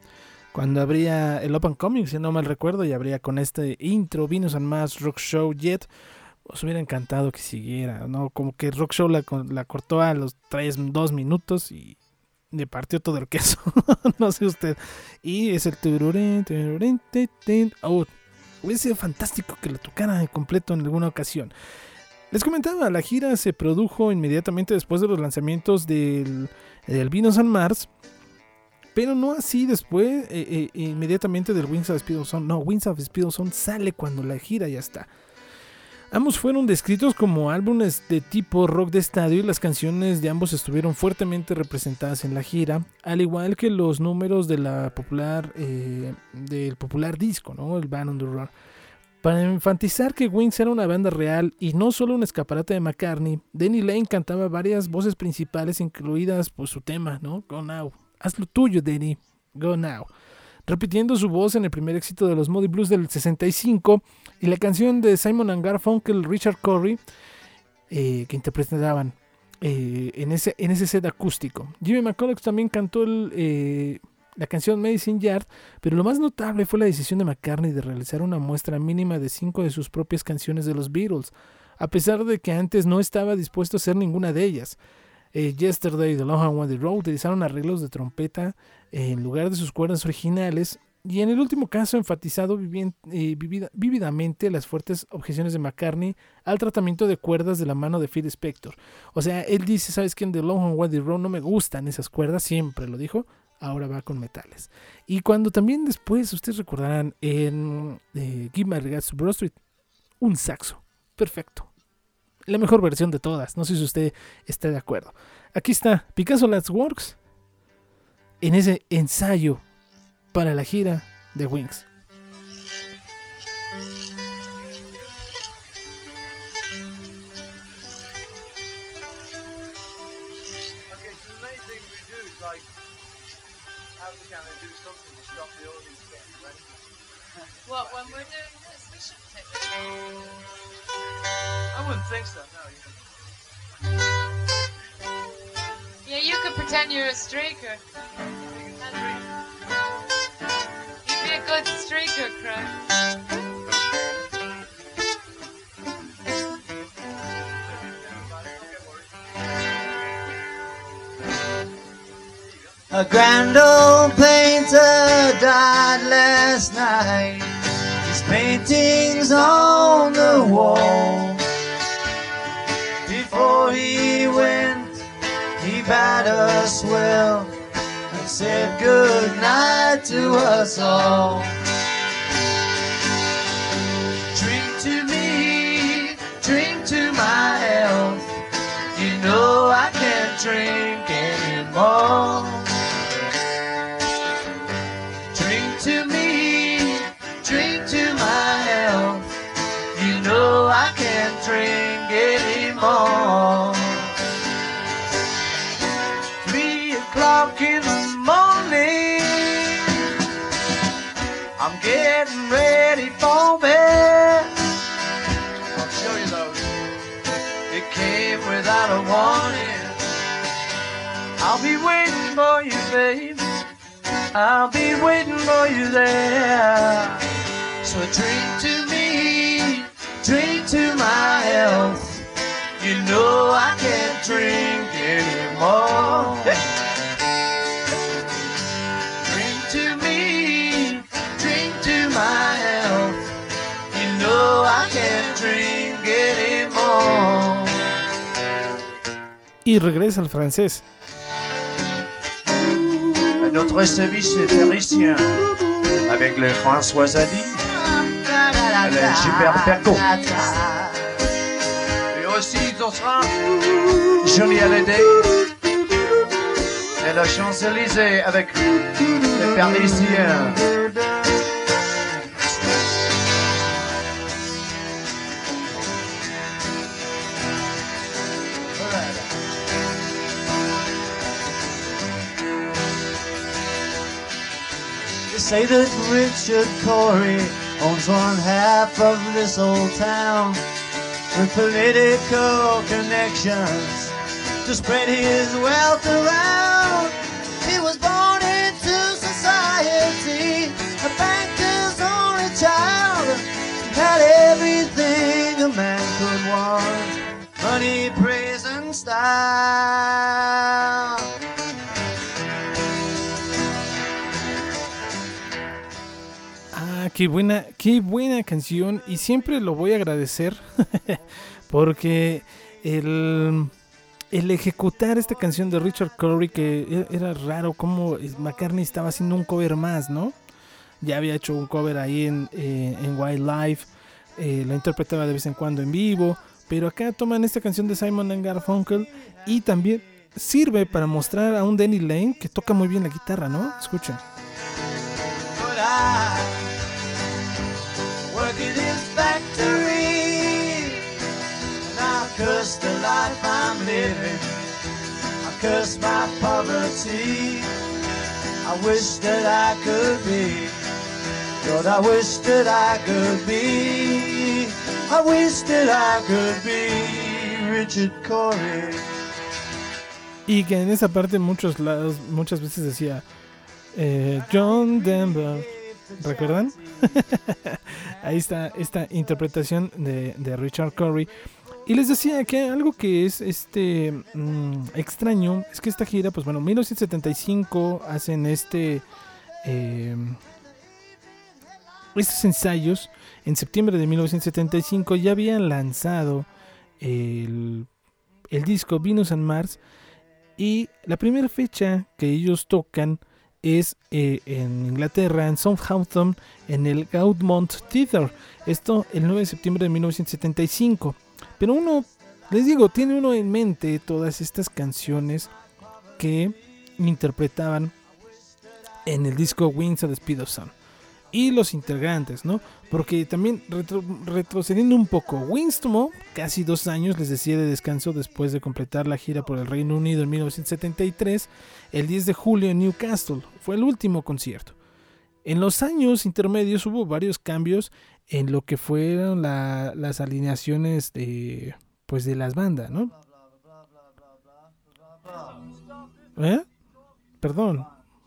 Speaker 3: cuando habría el Open Coming, si no mal recuerdo, y habría con este intro Venus and Mars Rock Show Jet. Os hubiera encantado que siguiera, ¿no? Como que Rock Show la, la cortó a los tres, dos minutos y le partió todo el queso. No sé usted. Y es el tururín, tururín, tururín. Oh, hubiera sido fantástico que lo tocara completo en alguna ocasión. Les comentaba, la gira se produjo inmediatamente después de los lanzamientos del, del Venus and Mars, pero no así después, eh, eh, inmediatamente del Wings of Speed of Sound. No, Wings of Speed of Sound sale cuando la gira ya está. Ambos fueron descritos como álbumes de tipo rock de estadio y las canciones de ambos estuvieron fuertemente representadas en la gira, al igual que los números de la popular, eh, del popular disco, ¿no? El Band on the Road. Para enfatizar que Wings era una banda real y no solo un escaparate de McCartney, Denny Laine cantaba varias voces principales, incluidas por su tema, ¿no? Go Now. Haz lo tuyo, Denny. Go Now. Repitiendo su voz en el primer éxito de los Moody Blues del sesenta y cinco y la canción de Simon and Garfunkel, Richard Curry, eh, que interpretaban eh, en, ese, en ese set acústico. Jimmy McCulloch también cantó el, eh, la canción Medicine Yard, pero lo más notable fue la decisión de McCartney de realizar una muestra mínima de cinco de sus propias canciones de los Beatles, a pesar de que antes no estaba dispuesto a hacer ninguna de ellas. Eh, Yesterday, The Long and Winding Road utilizaron arreglos de trompeta eh, en lugar de sus cuerdas originales, y en el último caso enfatizado vivien, eh, vivida, vívidamente las fuertes objeciones de McCartney al tratamiento de cuerdas de la mano de Phil Spector. O sea, él dice, ¿sabes qué? En The Long and Winding Road no me gustan esas cuerdas, siempre lo dijo, ahora va con metales. Y cuando también después, ustedes recordarán en eh, Give My Regards to Broad Street, un saxo, perfecto. La mejor versión de todas, no sé si usted está de acuerdo. Aquí está Picasso Last Works en ese ensayo para la gira de Wings.
Speaker 1: Okay, so the main thing we do is like, how we can do something to stop the audience getting ready.
Speaker 4: Well, when we're doing this, we should take it.
Speaker 1: I wouldn't think so, no.
Speaker 4: Yeah, you could pretend you're a streaker. You'd be a good streaker, Craig.
Speaker 5: A grand old painter died last night. His paintings on the wall. Before he went, he bade us well and said good night to us all. Drink to me, drink to my health. You know I can't drink anymore. Drink to me, drink to my health. You know I can't drink anymore. Three o'clock in the morning, I'm getting ready for bed.
Speaker 1: I'll show you those.
Speaker 5: It came without a warning. I'll be waiting for you, babe. I'll be waiting for you there. So drink to me, drink to my health. You know I can't drink anymore. Hey. Drink to me, drink to my health. You know I can't drink anymore.
Speaker 3: Y regresa al francés.
Speaker 5: Notre service est parisien avec le François Zadi, le Gilbert Percaud. Et aussi on sera Johnny Hallyday et la Champs-Élysées avec les Parisiens. Say that Richard Corey owns one half of this old town with political connections to spread his wealth around. He was born into society everything a man could want. Money, praise, and style.
Speaker 3: Ah, qué buena, qué buena canción. Y siempre lo voy a agradecer porque el, el ejecutar esta canción de Richard Curry, que era raro como McCartney estaba haciendo un cover más, ¿no? Ya había hecho un cover ahí en, eh, en Wildlife, eh, la interpretaba de vez en cuando en vivo, pero acá toman esta canción de Simon and Garfunkel y también sirve para mostrar a un Denny Lane que toca muy bien la guitarra, ¿no? Escuchen.
Speaker 5: Work in his factory, and I curse the life I'm living. I curse my poverty. I wish that I could be. God, I wish that I could be. I wish that I could be Richard Curry.
Speaker 3: Y que en esa parte muchos lados, muchas veces decía eh, John Denver. ¿Recuerdan? Ahí está esta interpretación de, de Richard Curry. Y les decía que algo que es este mmm, extraño es que esta gira, pues bueno, en mil novecientos setenta y cinco hacen este eh, estos ensayos. En septiembre de mil novecientos setenta y cinco ya habían lanzado el, el disco Venus and Mars. Y la primera fecha que ellos tocan es eh, en Inglaterra, en Southampton, en el Gaudmont Theatre. Esto el nueve de septiembre de mil novecientos setenta y cinco. Pero uno, les digo, tiene uno en mente todas estas canciones que interpretaban en el disco Wings at the Speed of Sound. Y los integrantes, ¿no? Porque también retro, retrocediendo un poco, Wings tomó casi dos años, les decía, de descanso después de completar la gira por el Reino Unido en mil novecientos setenta y tres, el diez de julio en Newcastle. Fue el último concierto. En los años intermedios hubo varios cambios en lo que fueron la, las alineaciones de, pues de las bandas, ¿no? ¿Eh? Perdón.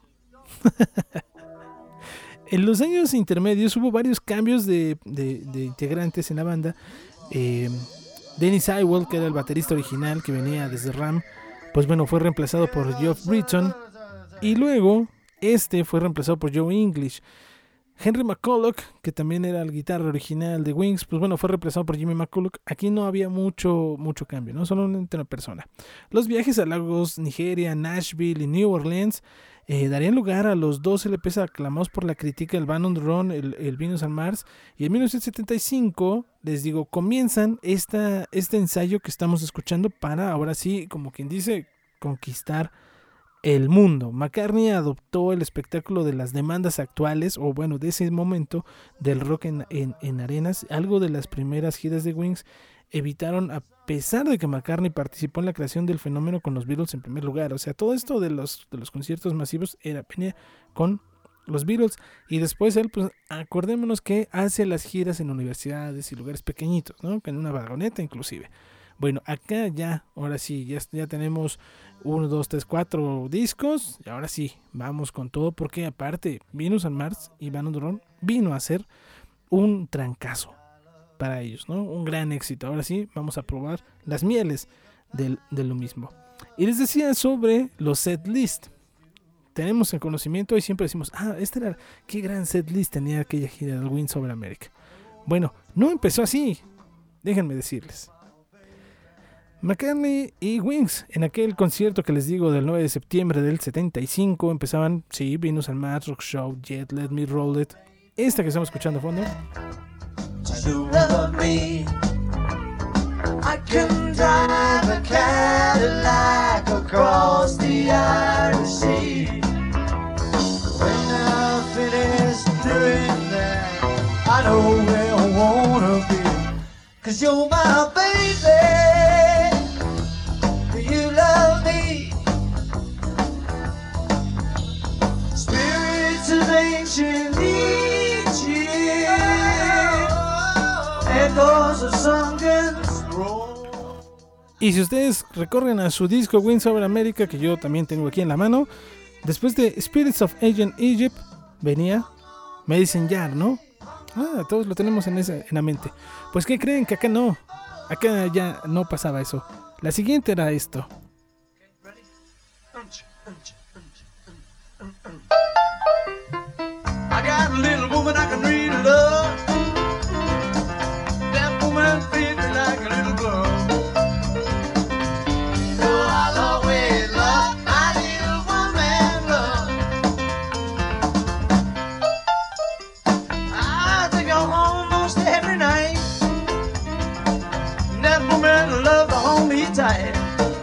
Speaker 3: En los años intermedios hubo varios cambios de, de, de integrantes en la banda. Eh, Dennis Iwell, que era el baterista original que venía desde Ram, pues bueno, fue reemplazado por Geoff Britton. Y luego este fue reemplazado por Joe English. Henry McCulloch, que también era el guitarra original de Wings, pues bueno, fue reemplazado por Jimmy McCulloch. Aquí no había mucho, mucho cambio, ¿no? Solo una persona. Los viajes a Lagos, Nigeria, Nashville y New Orleans Eh, darían lugar a los dos L Pes aclamados por la crítica, el Band on the Run, el, el Venus and Mars. Y en mil novecientos setenta y cinco, les digo, comienzan esta, este ensayo que estamos escuchando para, ahora sí, como quien dice, conquistar el mundo. McCartney adoptó el espectáculo de las demandas actuales, o bueno, de ese momento, del rock en, en, en arenas. Algo de las primeras giras de Wings evitaron, a pesar de que McCartney participó en la creación del fenómeno con los Beatles en primer lugar. O sea, todo esto de los, de los conciertos masivos era, venía con los Beatles. Y después él, pues, acordémonos que hace las giras en universidades y lugares pequeñitos, ¿no? En una vagoneta inclusive. Bueno, acá ya, ahora sí, ya, ya tenemos uno, dos, tres, cuatro discos. Y ahora sí, vamos con todo, porque aparte, Venus and Mars y Band on the Run vino a ser un trancazo para ellos, ¿no? Un gran éxito. Ahora sí, vamos a probar las mieles de, de lo mismo. Y les decía sobre los set list. Tenemos el conocimiento y siempre decimos, ah, este era, qué gran set list tenía aquella gira del Wings Over America. Bueno, no empezó así, déjenme decirles. McCartney y Wings, en aquel concierto que les digo del nueve de septiembre del setenta y cinco, empezaban, sí, Venus and Mars, Rock Show, Jet, Let Me Roll It. Esta que estamos escuchando a fondo.
Speaker 5: To love me, I can drive a Cadillac across the Irish Sea. When I finish doing that, I know where I wanna be. 'Cause you're my baby, you love me. Spirits of ancient Egypt, echoes of sunken scrolls.
Speaker 3: Y si ustedes recorren a su disco Wings Over America, que yo también tengo aquí en la mano, después de Spirits of Ancient Egypt venía Medicine Jar, ¿no? Ah, todos lo tenemos en, esa, en la mente. Pues, ¿qué creen? Que acá no. Acá ya no pasaba eso. La siguiente era esto.
Speaker 5: I got a little woman I can read love. That woman feels me like a little girl. So I'll always love my little woman love. I think I'm almost every night. That woman love to hold me tight.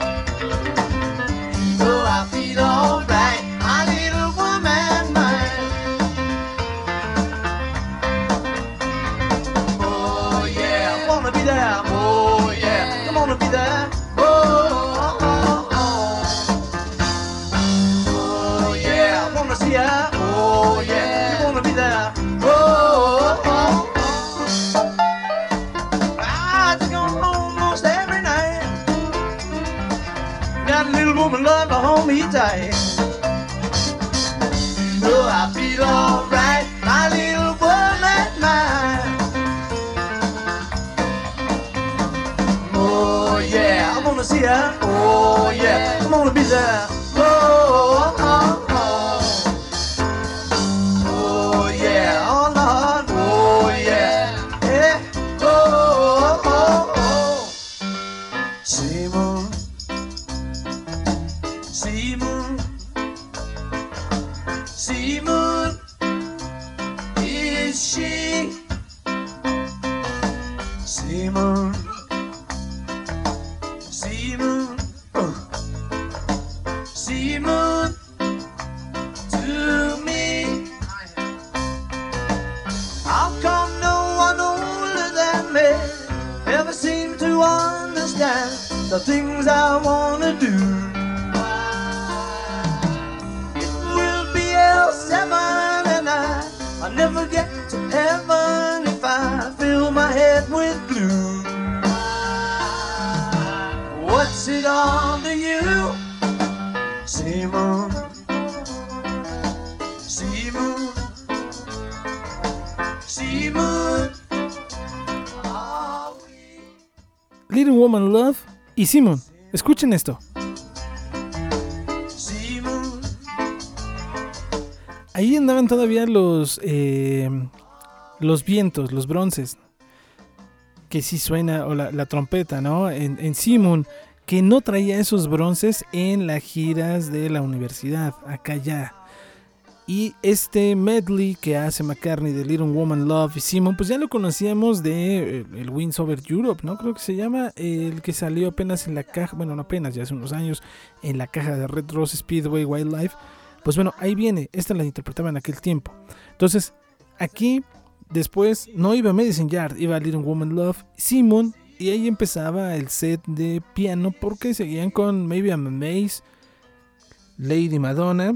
Speaker 5: So I feel alright, my little woman mine. Oh yeah, I wanna be there. Oh yeah, I wanna be there. Oh, oh, oh, oh yeah, I wanna see her. Oh yeah, I wanna be there. Oh, oh, oh. I think I'm almost every night. That little woman love to hold me tight. So I feel alright, my little woman mine. Oh yeah, I wanna see her. Oh yeah, I wanna be there. Oh, oh, oh. Oh yeah, oh Lord. Oh yeah, yeah. Oh, oh, oh. Simon, Simon, Simon, is she? Simon, Simon, uh, Simon, to me. How come no one older than me ever seemed to understand the things I wanna do? It will be L seven and I I'll never get to heaven if I fill my head with glue. What's it all to you? Simon, Simon, Simon. Are we
Speaker 3: Little Woman Love y Simon. Escuchen esto.
Speaker 5: Simon?
Speaker 3: Ahí andaban todavía los eh, los vientos, los bronces. Que sí suena, o la, la trompeta, ¿no? En, en Simon, que no traía esos bronces en las giras de la universidad. Acá ya. Y este medley que hace McCartney de Little Woman Love y Simon, pues ya lo conocíamos de el, el Wings Over Europe, ¿no? Creo que se llama, el que salió apenas en la caja, bueno, no apenas, ya hace unos años, en la caja de Red Rose Speedway Wildlife. Pues bueno, ahí viene, esta la interpretaba en aquel tiempo. Entonces, aquí, después, no iba Medicine Yard, iba Little Woman Love, Simon, y ahí empezaba el set de piano, porque seguían con Maybe I'm Amazed, Lady Madonna,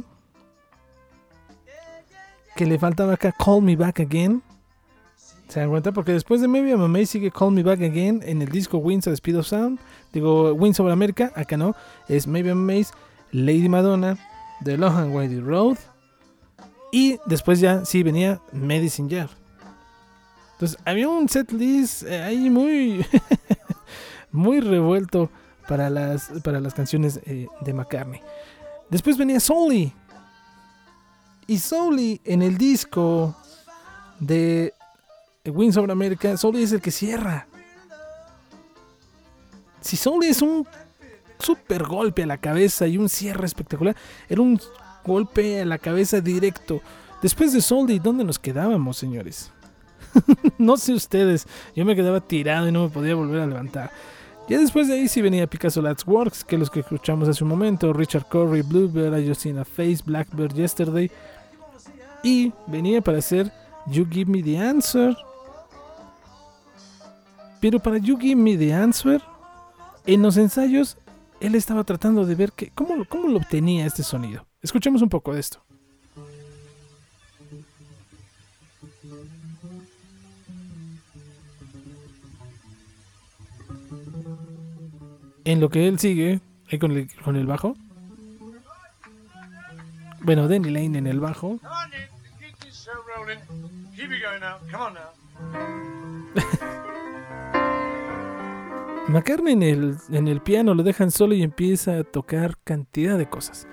Speaker 3: que le faltaba acá Call Me Back Again. ¿Se dan cuenta? Porque después de Maybe I'm Amazed sigue Call Me Back Again en el disco Winds of the Speed of Sound. Digo, Winds Over America, acá no. Es Maybe I'm Amazed, Lady Madonna, The Long and Winding Road. Y después ya sí venía Medicine Yard. Entonces había un set list ahí muy, muy revuelto para las, para las canciones eh, de McCartney. Después venía Soully. Y Soully en el disco de Wings Over America, Soully es el que cierra. Si Soully es un super golpe a la cabeza y un cierre espectacular, era un golpe a la cabeza directo. Después de Soully, ¿dónde nos quedábamos, señores? No sé ustedes, yo me quedaba tirado y no me podía volver a levantar. Ya después de ahí sí venía Picasso Last Works, que los que escuchamos hace un momento, Richard Curry, Bluebird, I Just Seen a Face, Blackbird, Yesterday. Y venía para hacer You Give Me the Answer. Pero para You Give Me the Answer, en los ensayos, él estaba tratando de ver que, cómo, cómo lo obtenía este sonido. Escuchemos un poco de esto. En lo que él sigue, ahí con el, con el bajo. Bueno, Denny Lane en el bajo.
Speaker 5: Keep it going now. Come on now.
Speaker 3: McCartney en el, en el piano lo dejan solo y empieza a tocar cantidad de cosas.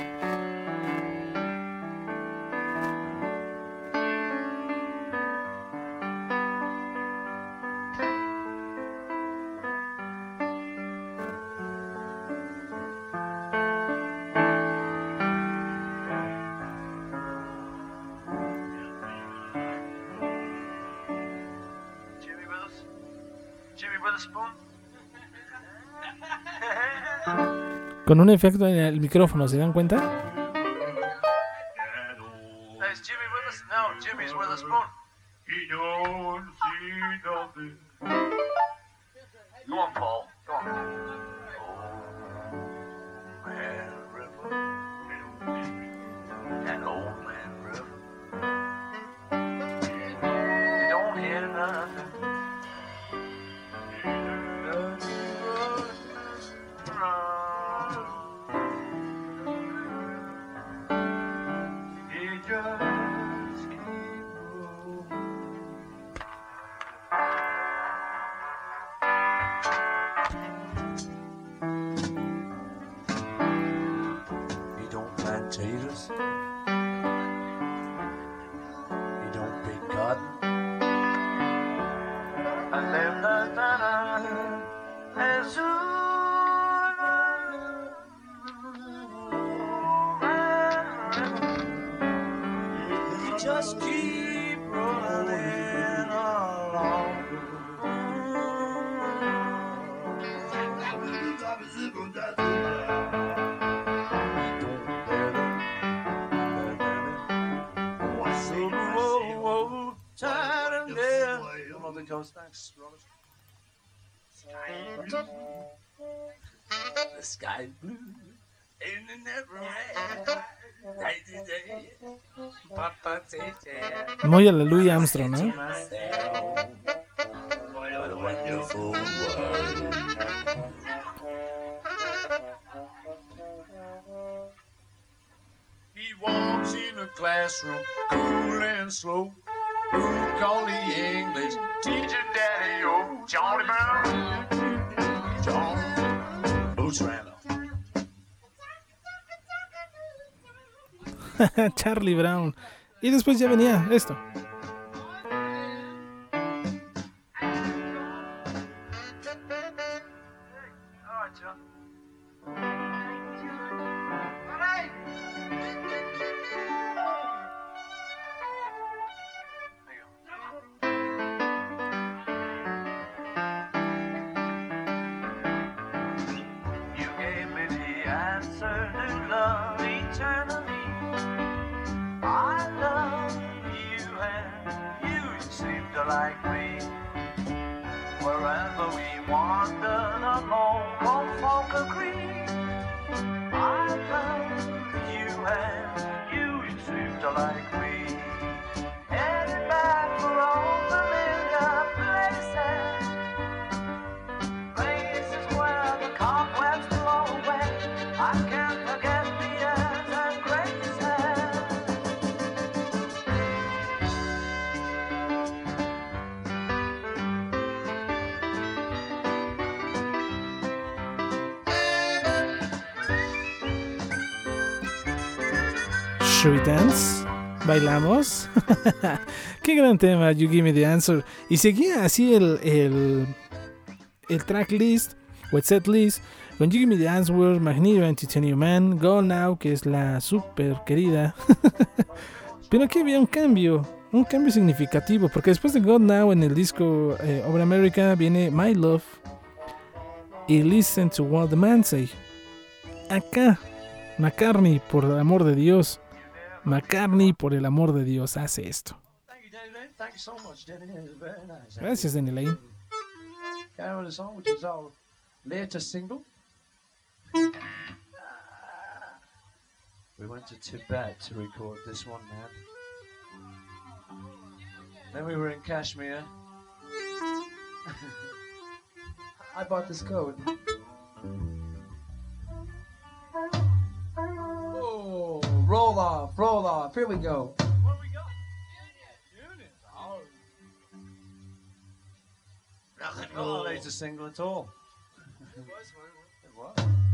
Speaker 5: Jimmy with us? Jimmy with a spoon?
Speaker 3: Con un efecto en el micrófono, ¿se dan cuenta?
Speaker 5: Hey, is Jimmy with us? No, Jimmy's with a spoon. He don't see nothing. Go on, Paul. Go on. Old man river. That old man river. You don't hear nothing. Potatoes. You don't pick cotton. And then the banana is you just keep rolling along. Goes thanks, Robert. The sky blue, ain't it never rain?
Speaker 3: Muy a la Louis Armstrong, ¿no?
Speaker 5: What a wonderful world. He walks in a classroom, cool and slow. Who call the English teacher daddy, oh, Johnny Brown, John Boots Randall.
Speaker 3: Charlie Brown. Y después ya venía esto. Should we dance? ¿Bailamos? Qué gran tema, You Give Me the Answer. Y seguía así el, el, el track list o el set list con You Give Me the Answer, Magneto and Titanium Man, Go Now, que es la super querida. Pero aquí había un cambio, un cambio significativo, porque después de Go Now en el disco eh, Over America viene My Love y Listen to What the Man Say. Acá, McCartney, por el amor de Dios, McCartney, por el amor de Dios, hace esto.
Speaker 5: Thank you, Danny Lane. Thank you so much, Danny Lane. It's very nice.
Speaker 3: Gracias, Danny Lane.
Speaker 5: Carol is on, which is our latest single. We went to Tibet to record this one, man. Then we were in Kashmir. I bought this coat. Oh, roll off, roll off. Here we go. What do we got? Union. Union. All right.
Speaker 2: it's a single at all. It was.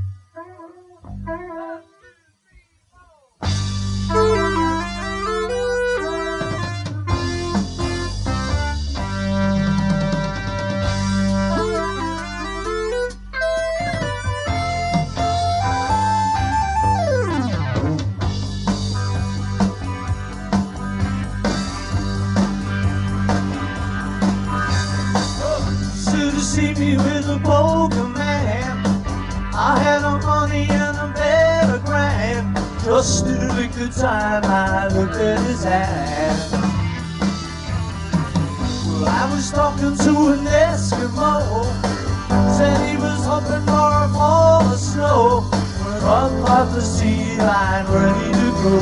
Speaker 5: See me with a poker man. I had no money and a better grand. Just in a good time I looked at his hand. Well, I was talking to an Eskimo. Said he was hoping for a fall of snow. We're up off the sea line ready to go.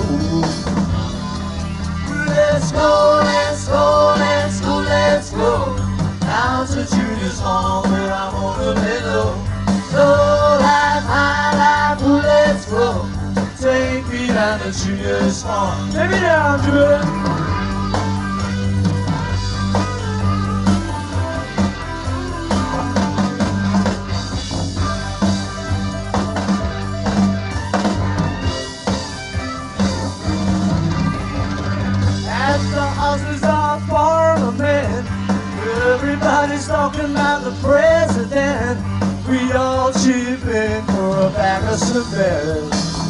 Speaker 5: Let's go, let's go, let's go, let's go. Down to Junior's home where I'm gonna lay low. Low life, high life, ooh, let's go. Take me down to Junior's home. Take me down, Junior. At the houses of Parliament, everybody's talking about the president. We all chip in for a bag of cement.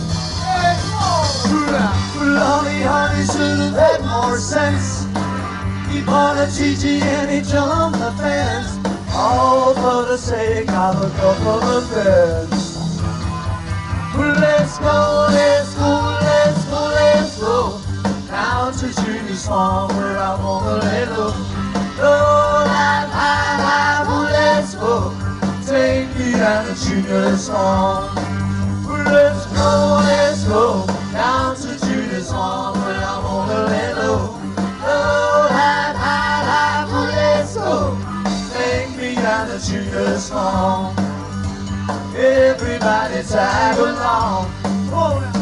Speaker 5: Lonnie Hardy should have had more sense. He bought a G G and he jumped the fence, all for the sake of a couple of beds. Let's go, let's go, let's go, let's go. Down to Junior's farm where I wanna lay low. Low life, high life, ooh, let's go. Take me down to Junior's home. Let's go, let's go. Down to Junior's home where I wanna lay low. Low life, high life, ooh, let's go. Take me down to Junior's home. Everybody tag along. Oh, now.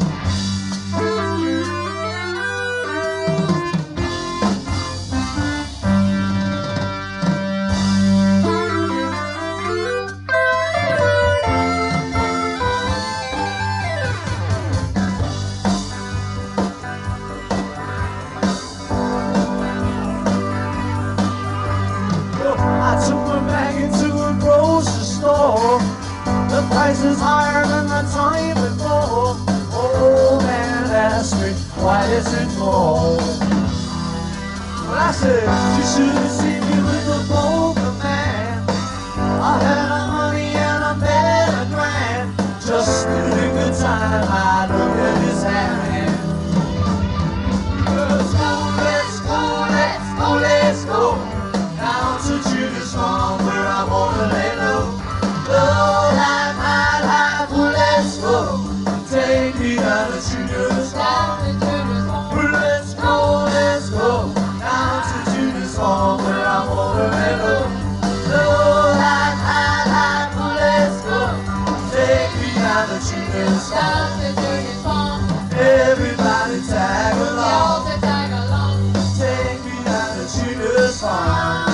Speaker 5: The price is higher than the time before. Old man asked me, why is it more? Well, I said, you should have seen me with a poker man. I had a money and a better grand. Just in a good time I looked at his hand. Let's go, let's go, let's go, let's go. Down to Junior's farm where I wanna lay low. Low life, high life, ooh, let's go. Take me down to Junior's farm. Let's go, let's go. Down to Junior's farm where I wanna lay low. Low life, high life, ooh, let's go. Take me down to Junior's farm. Everybody tag along. Take me down to Junior's farm.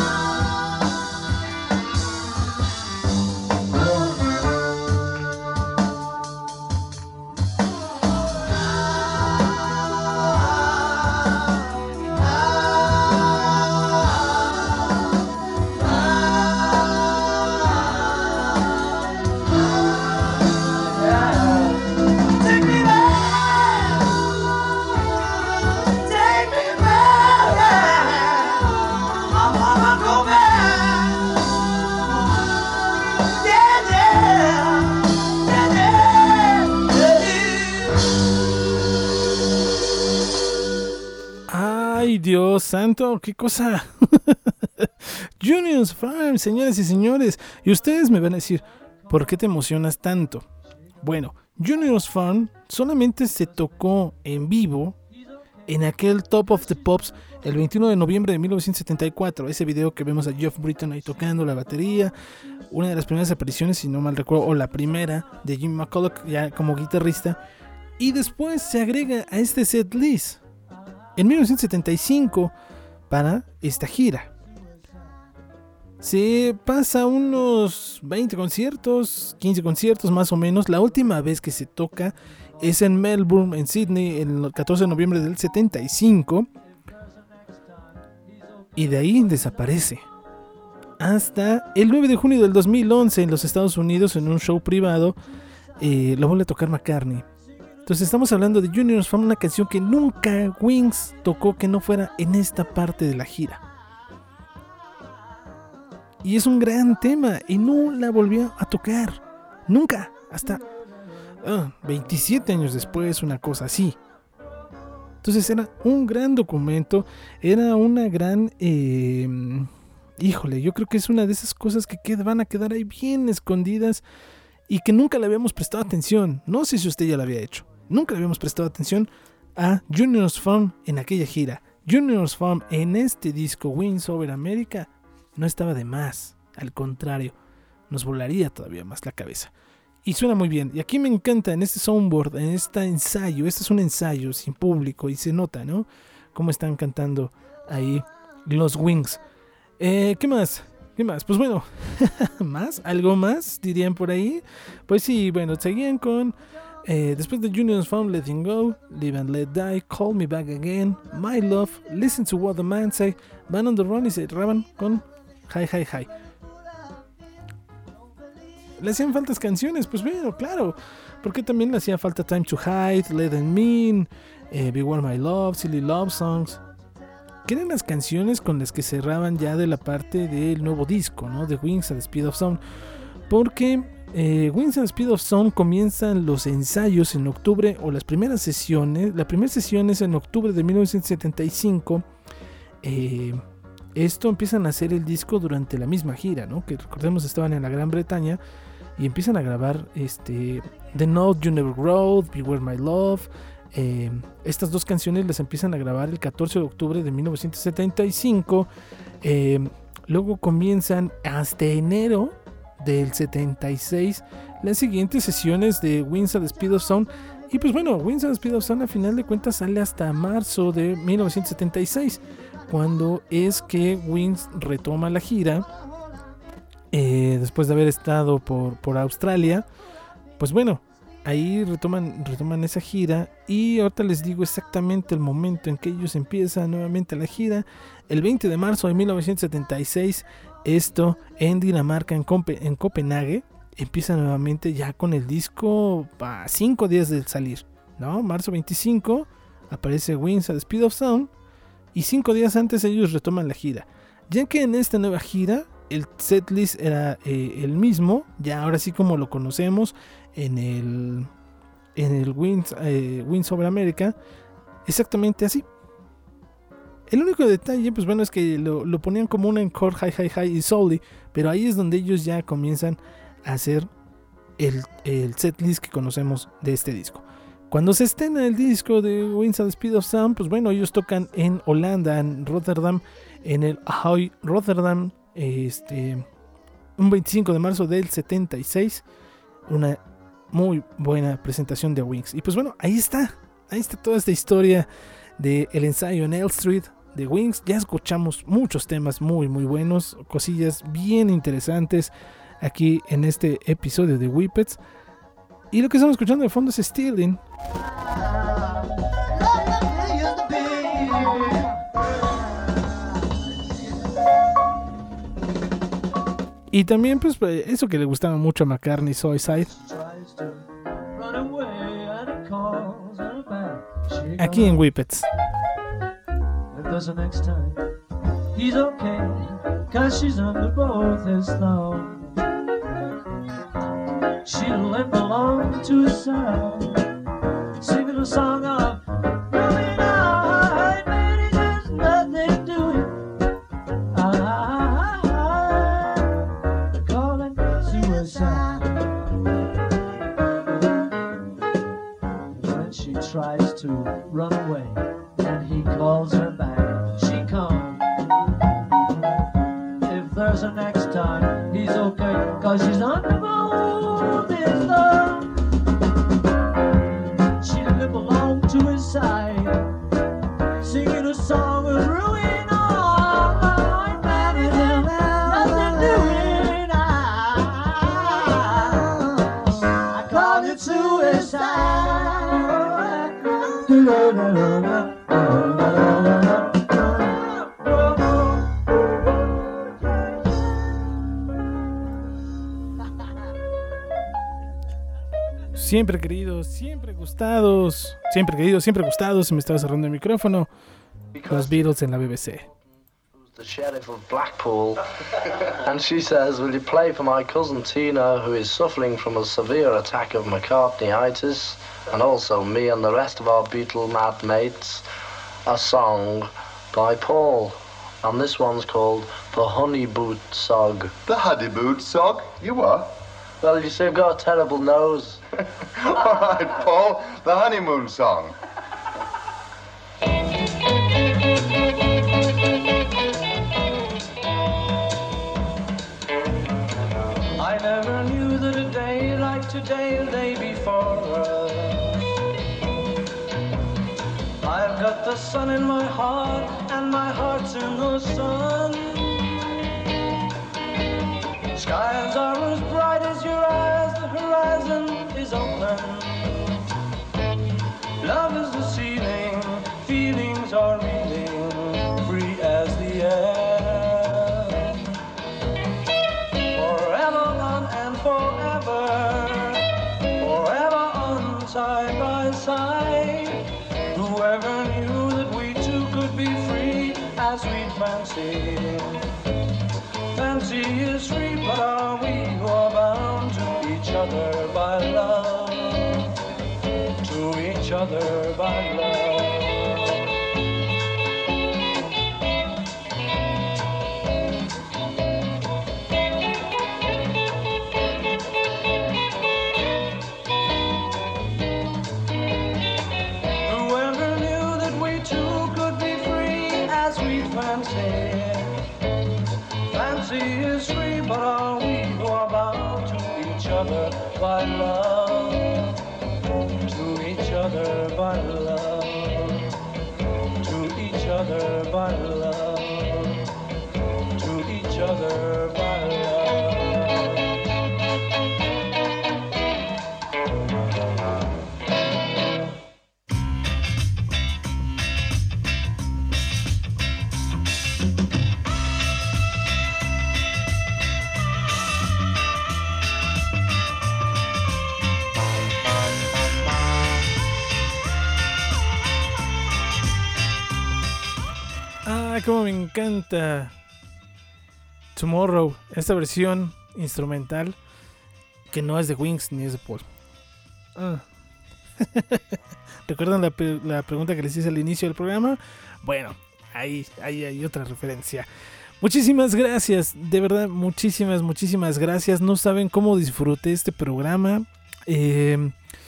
Speaker 3: Dios santo, qué cosa. Junior's Farm, señoras y señores. Y ustedes me van a decir, ¿por qué te emocionas tanto? Bueno, Junior's Farm solamente se tocó en vivo en aquel Top of the Pops el veintiuno de noviembre de mil novecientos setenta y cuatro. Ese video que vemos a Geoff Britton ahí tocando la batería. Una de las primeras apariciones, si no mal recuerdo, o la primera de Jim McCulloch ya como guitarrista. Y después se agrega a este set list en mil novecientos setenta y cinco para esta gira. Se pasa unos veinte conciertos, quince conciertos más o menos. La última vez que se toca es en Melbourne, en Sydney, el catorce de noviembre del setenta y cinco. Y de ahí desaparece. Hasta el nueve de junio del dos mil once en los Estados Unidos, en un show privado, eh, lo vuelve a tocar McCartney. Entonces estamos hablando de Junior's Farm, una canción que nunca Wings tocó que no fuera en esta parte de la gira. Y es un gran tema y no la volvió a tocar. Nunca. Hasta oh, veintisiete años después, una cosa así. Entonces era un gran documento. Era una gran... Eh, híjole, yo creo que es una de esas cosas que qued- van a quedar ahí bien escondidas y que nunca le habíamos prestado atención. No sé si usted ya lo había hecho. Nunca le habíamos prestado atención a Junior's Farm en aquella gira. Junior's Farm en este disco, Wings Over America, no estaba de más. Al contrario, nos volaría todavía más la cabeza. Y suena muy bien. Y aquí me encanta en este soundboard, en este ensayo. Este es un ensayo sin público y se nota, ¿no? Cómo están cantando ahí los Wings. Eh, ¿Qué más? ¿Qué más? Pues bueno, ¿más? ¿Algo más? Dirían por ahí. Pues sí, bueno, seguían con... Eh, después de Junior's Farm, Letting Go, Live and Let Die, Call Me Back Again, My Love, Listen to What the Man Say, Van on the Run y se cerraban con Hi Hi Hi. ¿Le hacían faltas canciones? Pues bueno, claro. Porque también le hacía falta Time to Hide, Let Them In, eh, Beware My Love, Silly Love Songs. Que eran las canciones con las que cerraban ya de la parte del nuevo disco, ¿no? De Wings at the Speed of Sound. Porque eh, Wings at the Speed of Sound comienzan los ensayos en octubre, o las primeras sesiones. La primera sesión es en octubre de mil novecientos setenta y cinco. Eh, esto empiezan a hacer el disco durante la misma gira, ¿no? Que recordemos estaban en la Gran Bretaña. Y empiezan a grabar este, The Note You Never Wrote, Beware My Love. Eh, estas dos canciones las empiezan a grabar el catorce de octubre de mil novecientos setenta y cinco. Eh, luego comienzan hasta enero del setenta y seis las siguientes sesiones de Wings at the Speed of Sound. Y pues bueno, Wings at the Speed of Sound a final de cuentas sale hasta marzo de mil novecientos setenta y seis, cuando es que Wings retoma la gira. Eh, después de haber estado por, por Australia, pues bueno, ahí retoman, retoman esa gira. Y ahorita les digo exactamente el momento en que ellos empiezan nuevamente la gira. El veinte de marzo de mil novecientos setenta y seis, esto en Dinamarca, en, Compe, en Copenhague. Empieza nuevamente ya con el disco a cinco días de salir, ¿no? Marzo veinticinco aparece Wings at the Speed of Sound. Y cinco días antes ellos retoman la gira. Ya que en esta nueva gira el setlist era eh, el mismo, ya ahora sí como lo conocemos en el en el Wings, eh, Wings Over America, exactamente así. El único detalle, pues bueno, es que lo, lo ponían como un encore, Hi Hi Hi y Solely, pero ahí es donde ellos ya comienzan a hacer el, el setlist que conocemos de este disco. Cuando se estrena el disco de Wings at the Speed of Sound, pues bueno, ellos tocan en Holanda, en Rotterdam, en el Ahoy Rotterdam, este, un veinticinco de marzo del setenta y seis. Una muy buena presentación de Wings. Y pues bueno, ahí está, ahí está toda esta historia del ensayo en L Street de Wings. Ya escuchamos muchos temas muy muy buenos, cosillas bien interesantes aquí en este episodio de Whippets. Y lo que estamos escuchando de fondo es Stealing. Y también pues eso que le gustaba mucho a McCartney, Suicide. Aquí en Whippets. He's okay, cause she's under both his thumbs. She'll let belong to his side, singing a song of moving on, but he has nothing to it. I, I, I call it suicide. When she tries to run away and he calls her back, she comes. If there's a next time, he's okay, cause she's under both his thumb. She'll live along to his side, singing a song of ruin on. Nothing siempre queridos, siempre gustados, siempre queridos, siempre gustados, se me estaba cerrando el micrófono, los Beatles en la B B C.
Speaker 5: The sheriff of Blackpool, and she says, will you play for my cousin Tina, who is suffering from a severe attack of McCartneyitis, and also me and the rest of our Beatle mad mates, a song by Paul, and this one's called The Honey Boot Sog.
Speaker 6: The Honey Boot Sog? You what?
Speaker 5: Well, you see, I've got a terrible nose.
Speaker 6: All right, Paul, the honeymoon song.
Speaker 5: I never knew that a day like today, the day before us. I've got the sun in my heart, and my heart's in the sun. Skies are as bright as your eyes, the horizon is open. Love is the ceiling, feelings are reeling, free as the air. Forever on and forever, forever on side by side. Whoever knew that we two could be free as we'd fancy. Fancy is free, but are we who are bound to each other by love? To each other by love. Whoever knew that we two could be free as we fancy? Fancy is free, but are we who are bound to each other by love? To each other by love. To each other by love. To each other by love.
Speaker 3: Ah, cómo me encanta Tomorrow, esta versión instrumental que no es de Wings ni es de Paul. Ah. ¿Recuerdan la, pre- la pregunta que les hice al inicio del programa? Bueno, ahí, ahí hay otra referencia. Muchísimas gracias, de verdad, muchísimas, muchísimas gracias. No saben cómo disfruté este programa. Eh,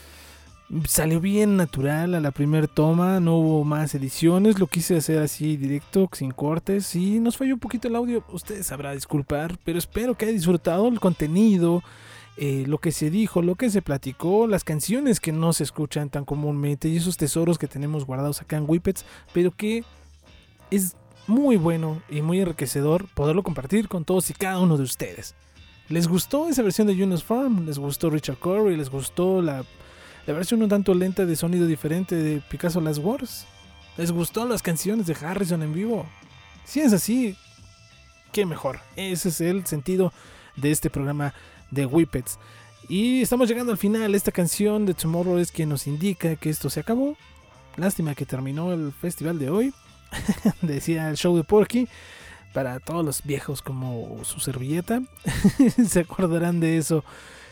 Speaker 3: salió bien natural a la primera toma, no hubo más ediciones, lo quise hacer así directo, sin cortes, y nos falló un poquito el audio, ustedes sabrán disculpar, pero espero que hayan disfrutado el contenido, eh, lo que se dijo, lo que se platicó, las canciones que no se escuchan tan comúnmente y esos tesoros que tenemos guardados acá en Whippets, pero que es muy bueno y muy enriquecedor poderlo compartir con todos y cada uno de ustedes. ¿Les gustó esa versión de Eunice Farm? ¿Les gustó Richard Curry? ¿Les gustó la, la versión un tanto lenta de sonido diferente de Picasso Last Words? ¿Les gustó las canciones de Harrison en vivo? Si es así, qué mejor. Ese es el sentido de este programa de Whippets. Y estamos llegando al final. Esta canción de Tomorrow es quien nos indica que esto se acabó. Lástima que terminó el festival de hoy. Decía el show de Porky. Para todos los viejos como su servilleta. Se acordarán de eso.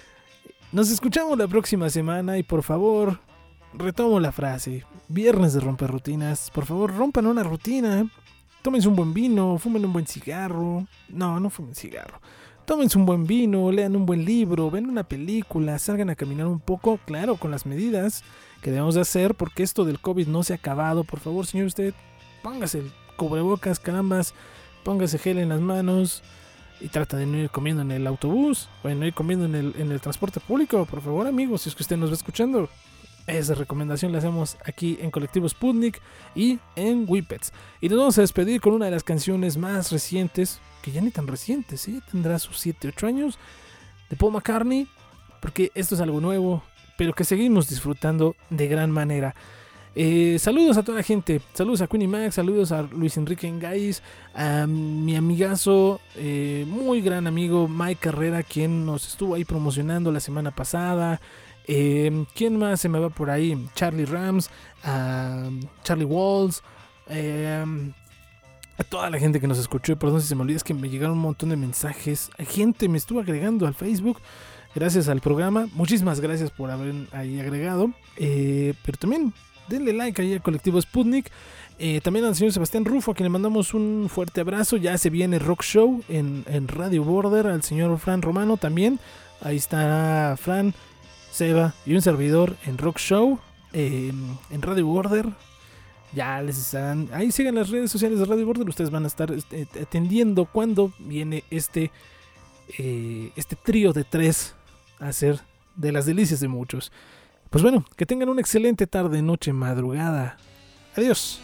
Speaker 3: Nos escuchamos la próxima semana. Y por favor, retomo la frase. Viernes de romper rutinas. Por favor, rompan una rutina. Tómense un buen vino. Fumen un buen cigarro. No, no fumen cigarro. Tómense un buen vino. Lean un buen libro. Ven una película. Salgan a caminar un poco. Claro, con las medidas que debemos de hacer. Porque esto del COVID no se ha acabado. Por favor, señor, usted póngase el cubrebocas, carambas. Póngase gel en las manos y trata de no ir comiendo en el autobús o de no ir comiendo en el, en el transporte público, por favor, amigos, si es que usted nos va escuchando. Esa recomendación la hacemos aquí en Colectivo Sputnik y en Whippets. Y nos vamos a despedir con una de las canciones más recientes, que ya ni tan recientes, ¿eh? Tendrá sus siete ocho años, de Paul McCartney, porque esto es algo nuevo, pero que seguimos disfrutando de gran manera. Eh, saludos a toda la gente, saludos a Queenie Max, saludos a Luis Enrique Engais, a mi amigazo, eh, muy gran amigo Mike Carrera, quien nos estuvo ahí promocionando la semana pasada, Eh, ¿Quién más se me va por ahí? Charlie Rams, uh, Charlie Walls, eh, a toda la gente que nos escuchó. Perdón si se me olvida, es que me llegaron un montón de mensajes. Gente me estuvo agregando al Facebook gracias al programa. Muchísimas gracias por haber ahí agregado. Eh, pero también denle like ahí al colectivo Sputnik. Eh, también al señor Sebastián Rufo, a quien le mandamos un fuerte abrazo. Ya se viene Rock Show en, en Radio Border. Al señor Fran Romano también. Ahí está Fran, Seba y un servidor en Rock Show, eh, en Radio Border. Ya les están. Ahí sigan las redes sociales de Radio Border. Ustedes van a estar este, atendiendo cuando viene este, eh, este trío de tres a hacer de las delicias de muchos. Pues bueno, que tengan una excelente tarde, noche, madrugada. Adiós.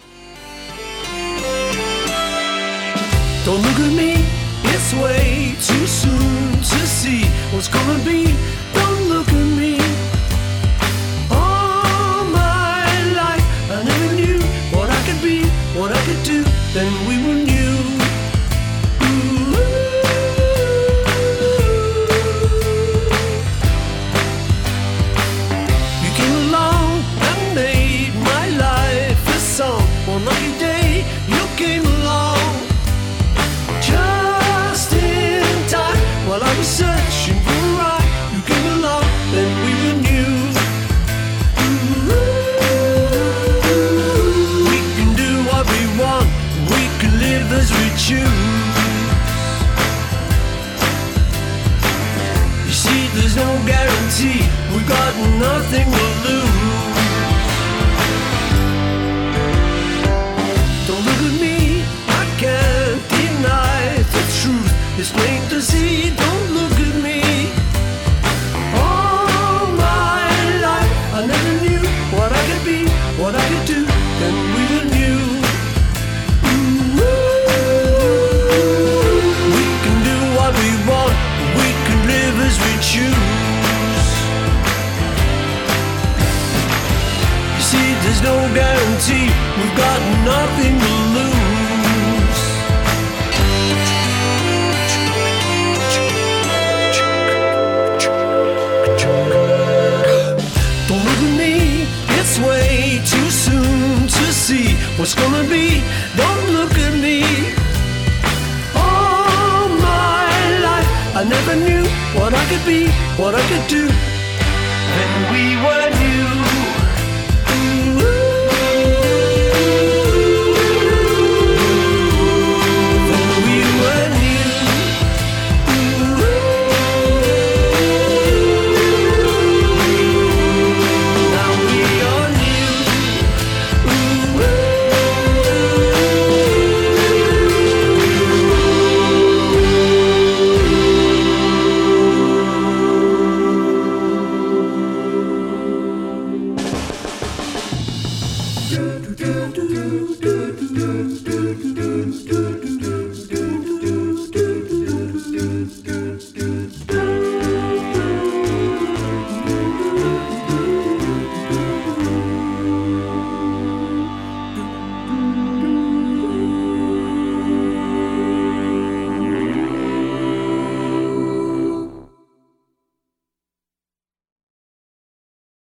Speaker 5: Don't look at me, it's way too soon to see what's gonna be. Don't look at me. All my life I never knew what I could be, what I could do, then we were new. Ooh. You came along and made my life a song. One lucky day you came along. While I was searching for a ride, you came along, then we were new. Ooh. We can do what we want, we can live as we choose. You see, there's no guarantee, we got nothing to lose. Don't look at me, I can't deny the truth. It's plain to see, don't look at me. All my life I never knew what I could be, what I could do, then we were new. Ooh. We can do what we want, we can live as we choose. You see, there's no guarantee, we've got nothing to lose. Way too soon to see what's gonna be. Don't look at me. All my life I never knew what I could be, what I could do. Then we were new.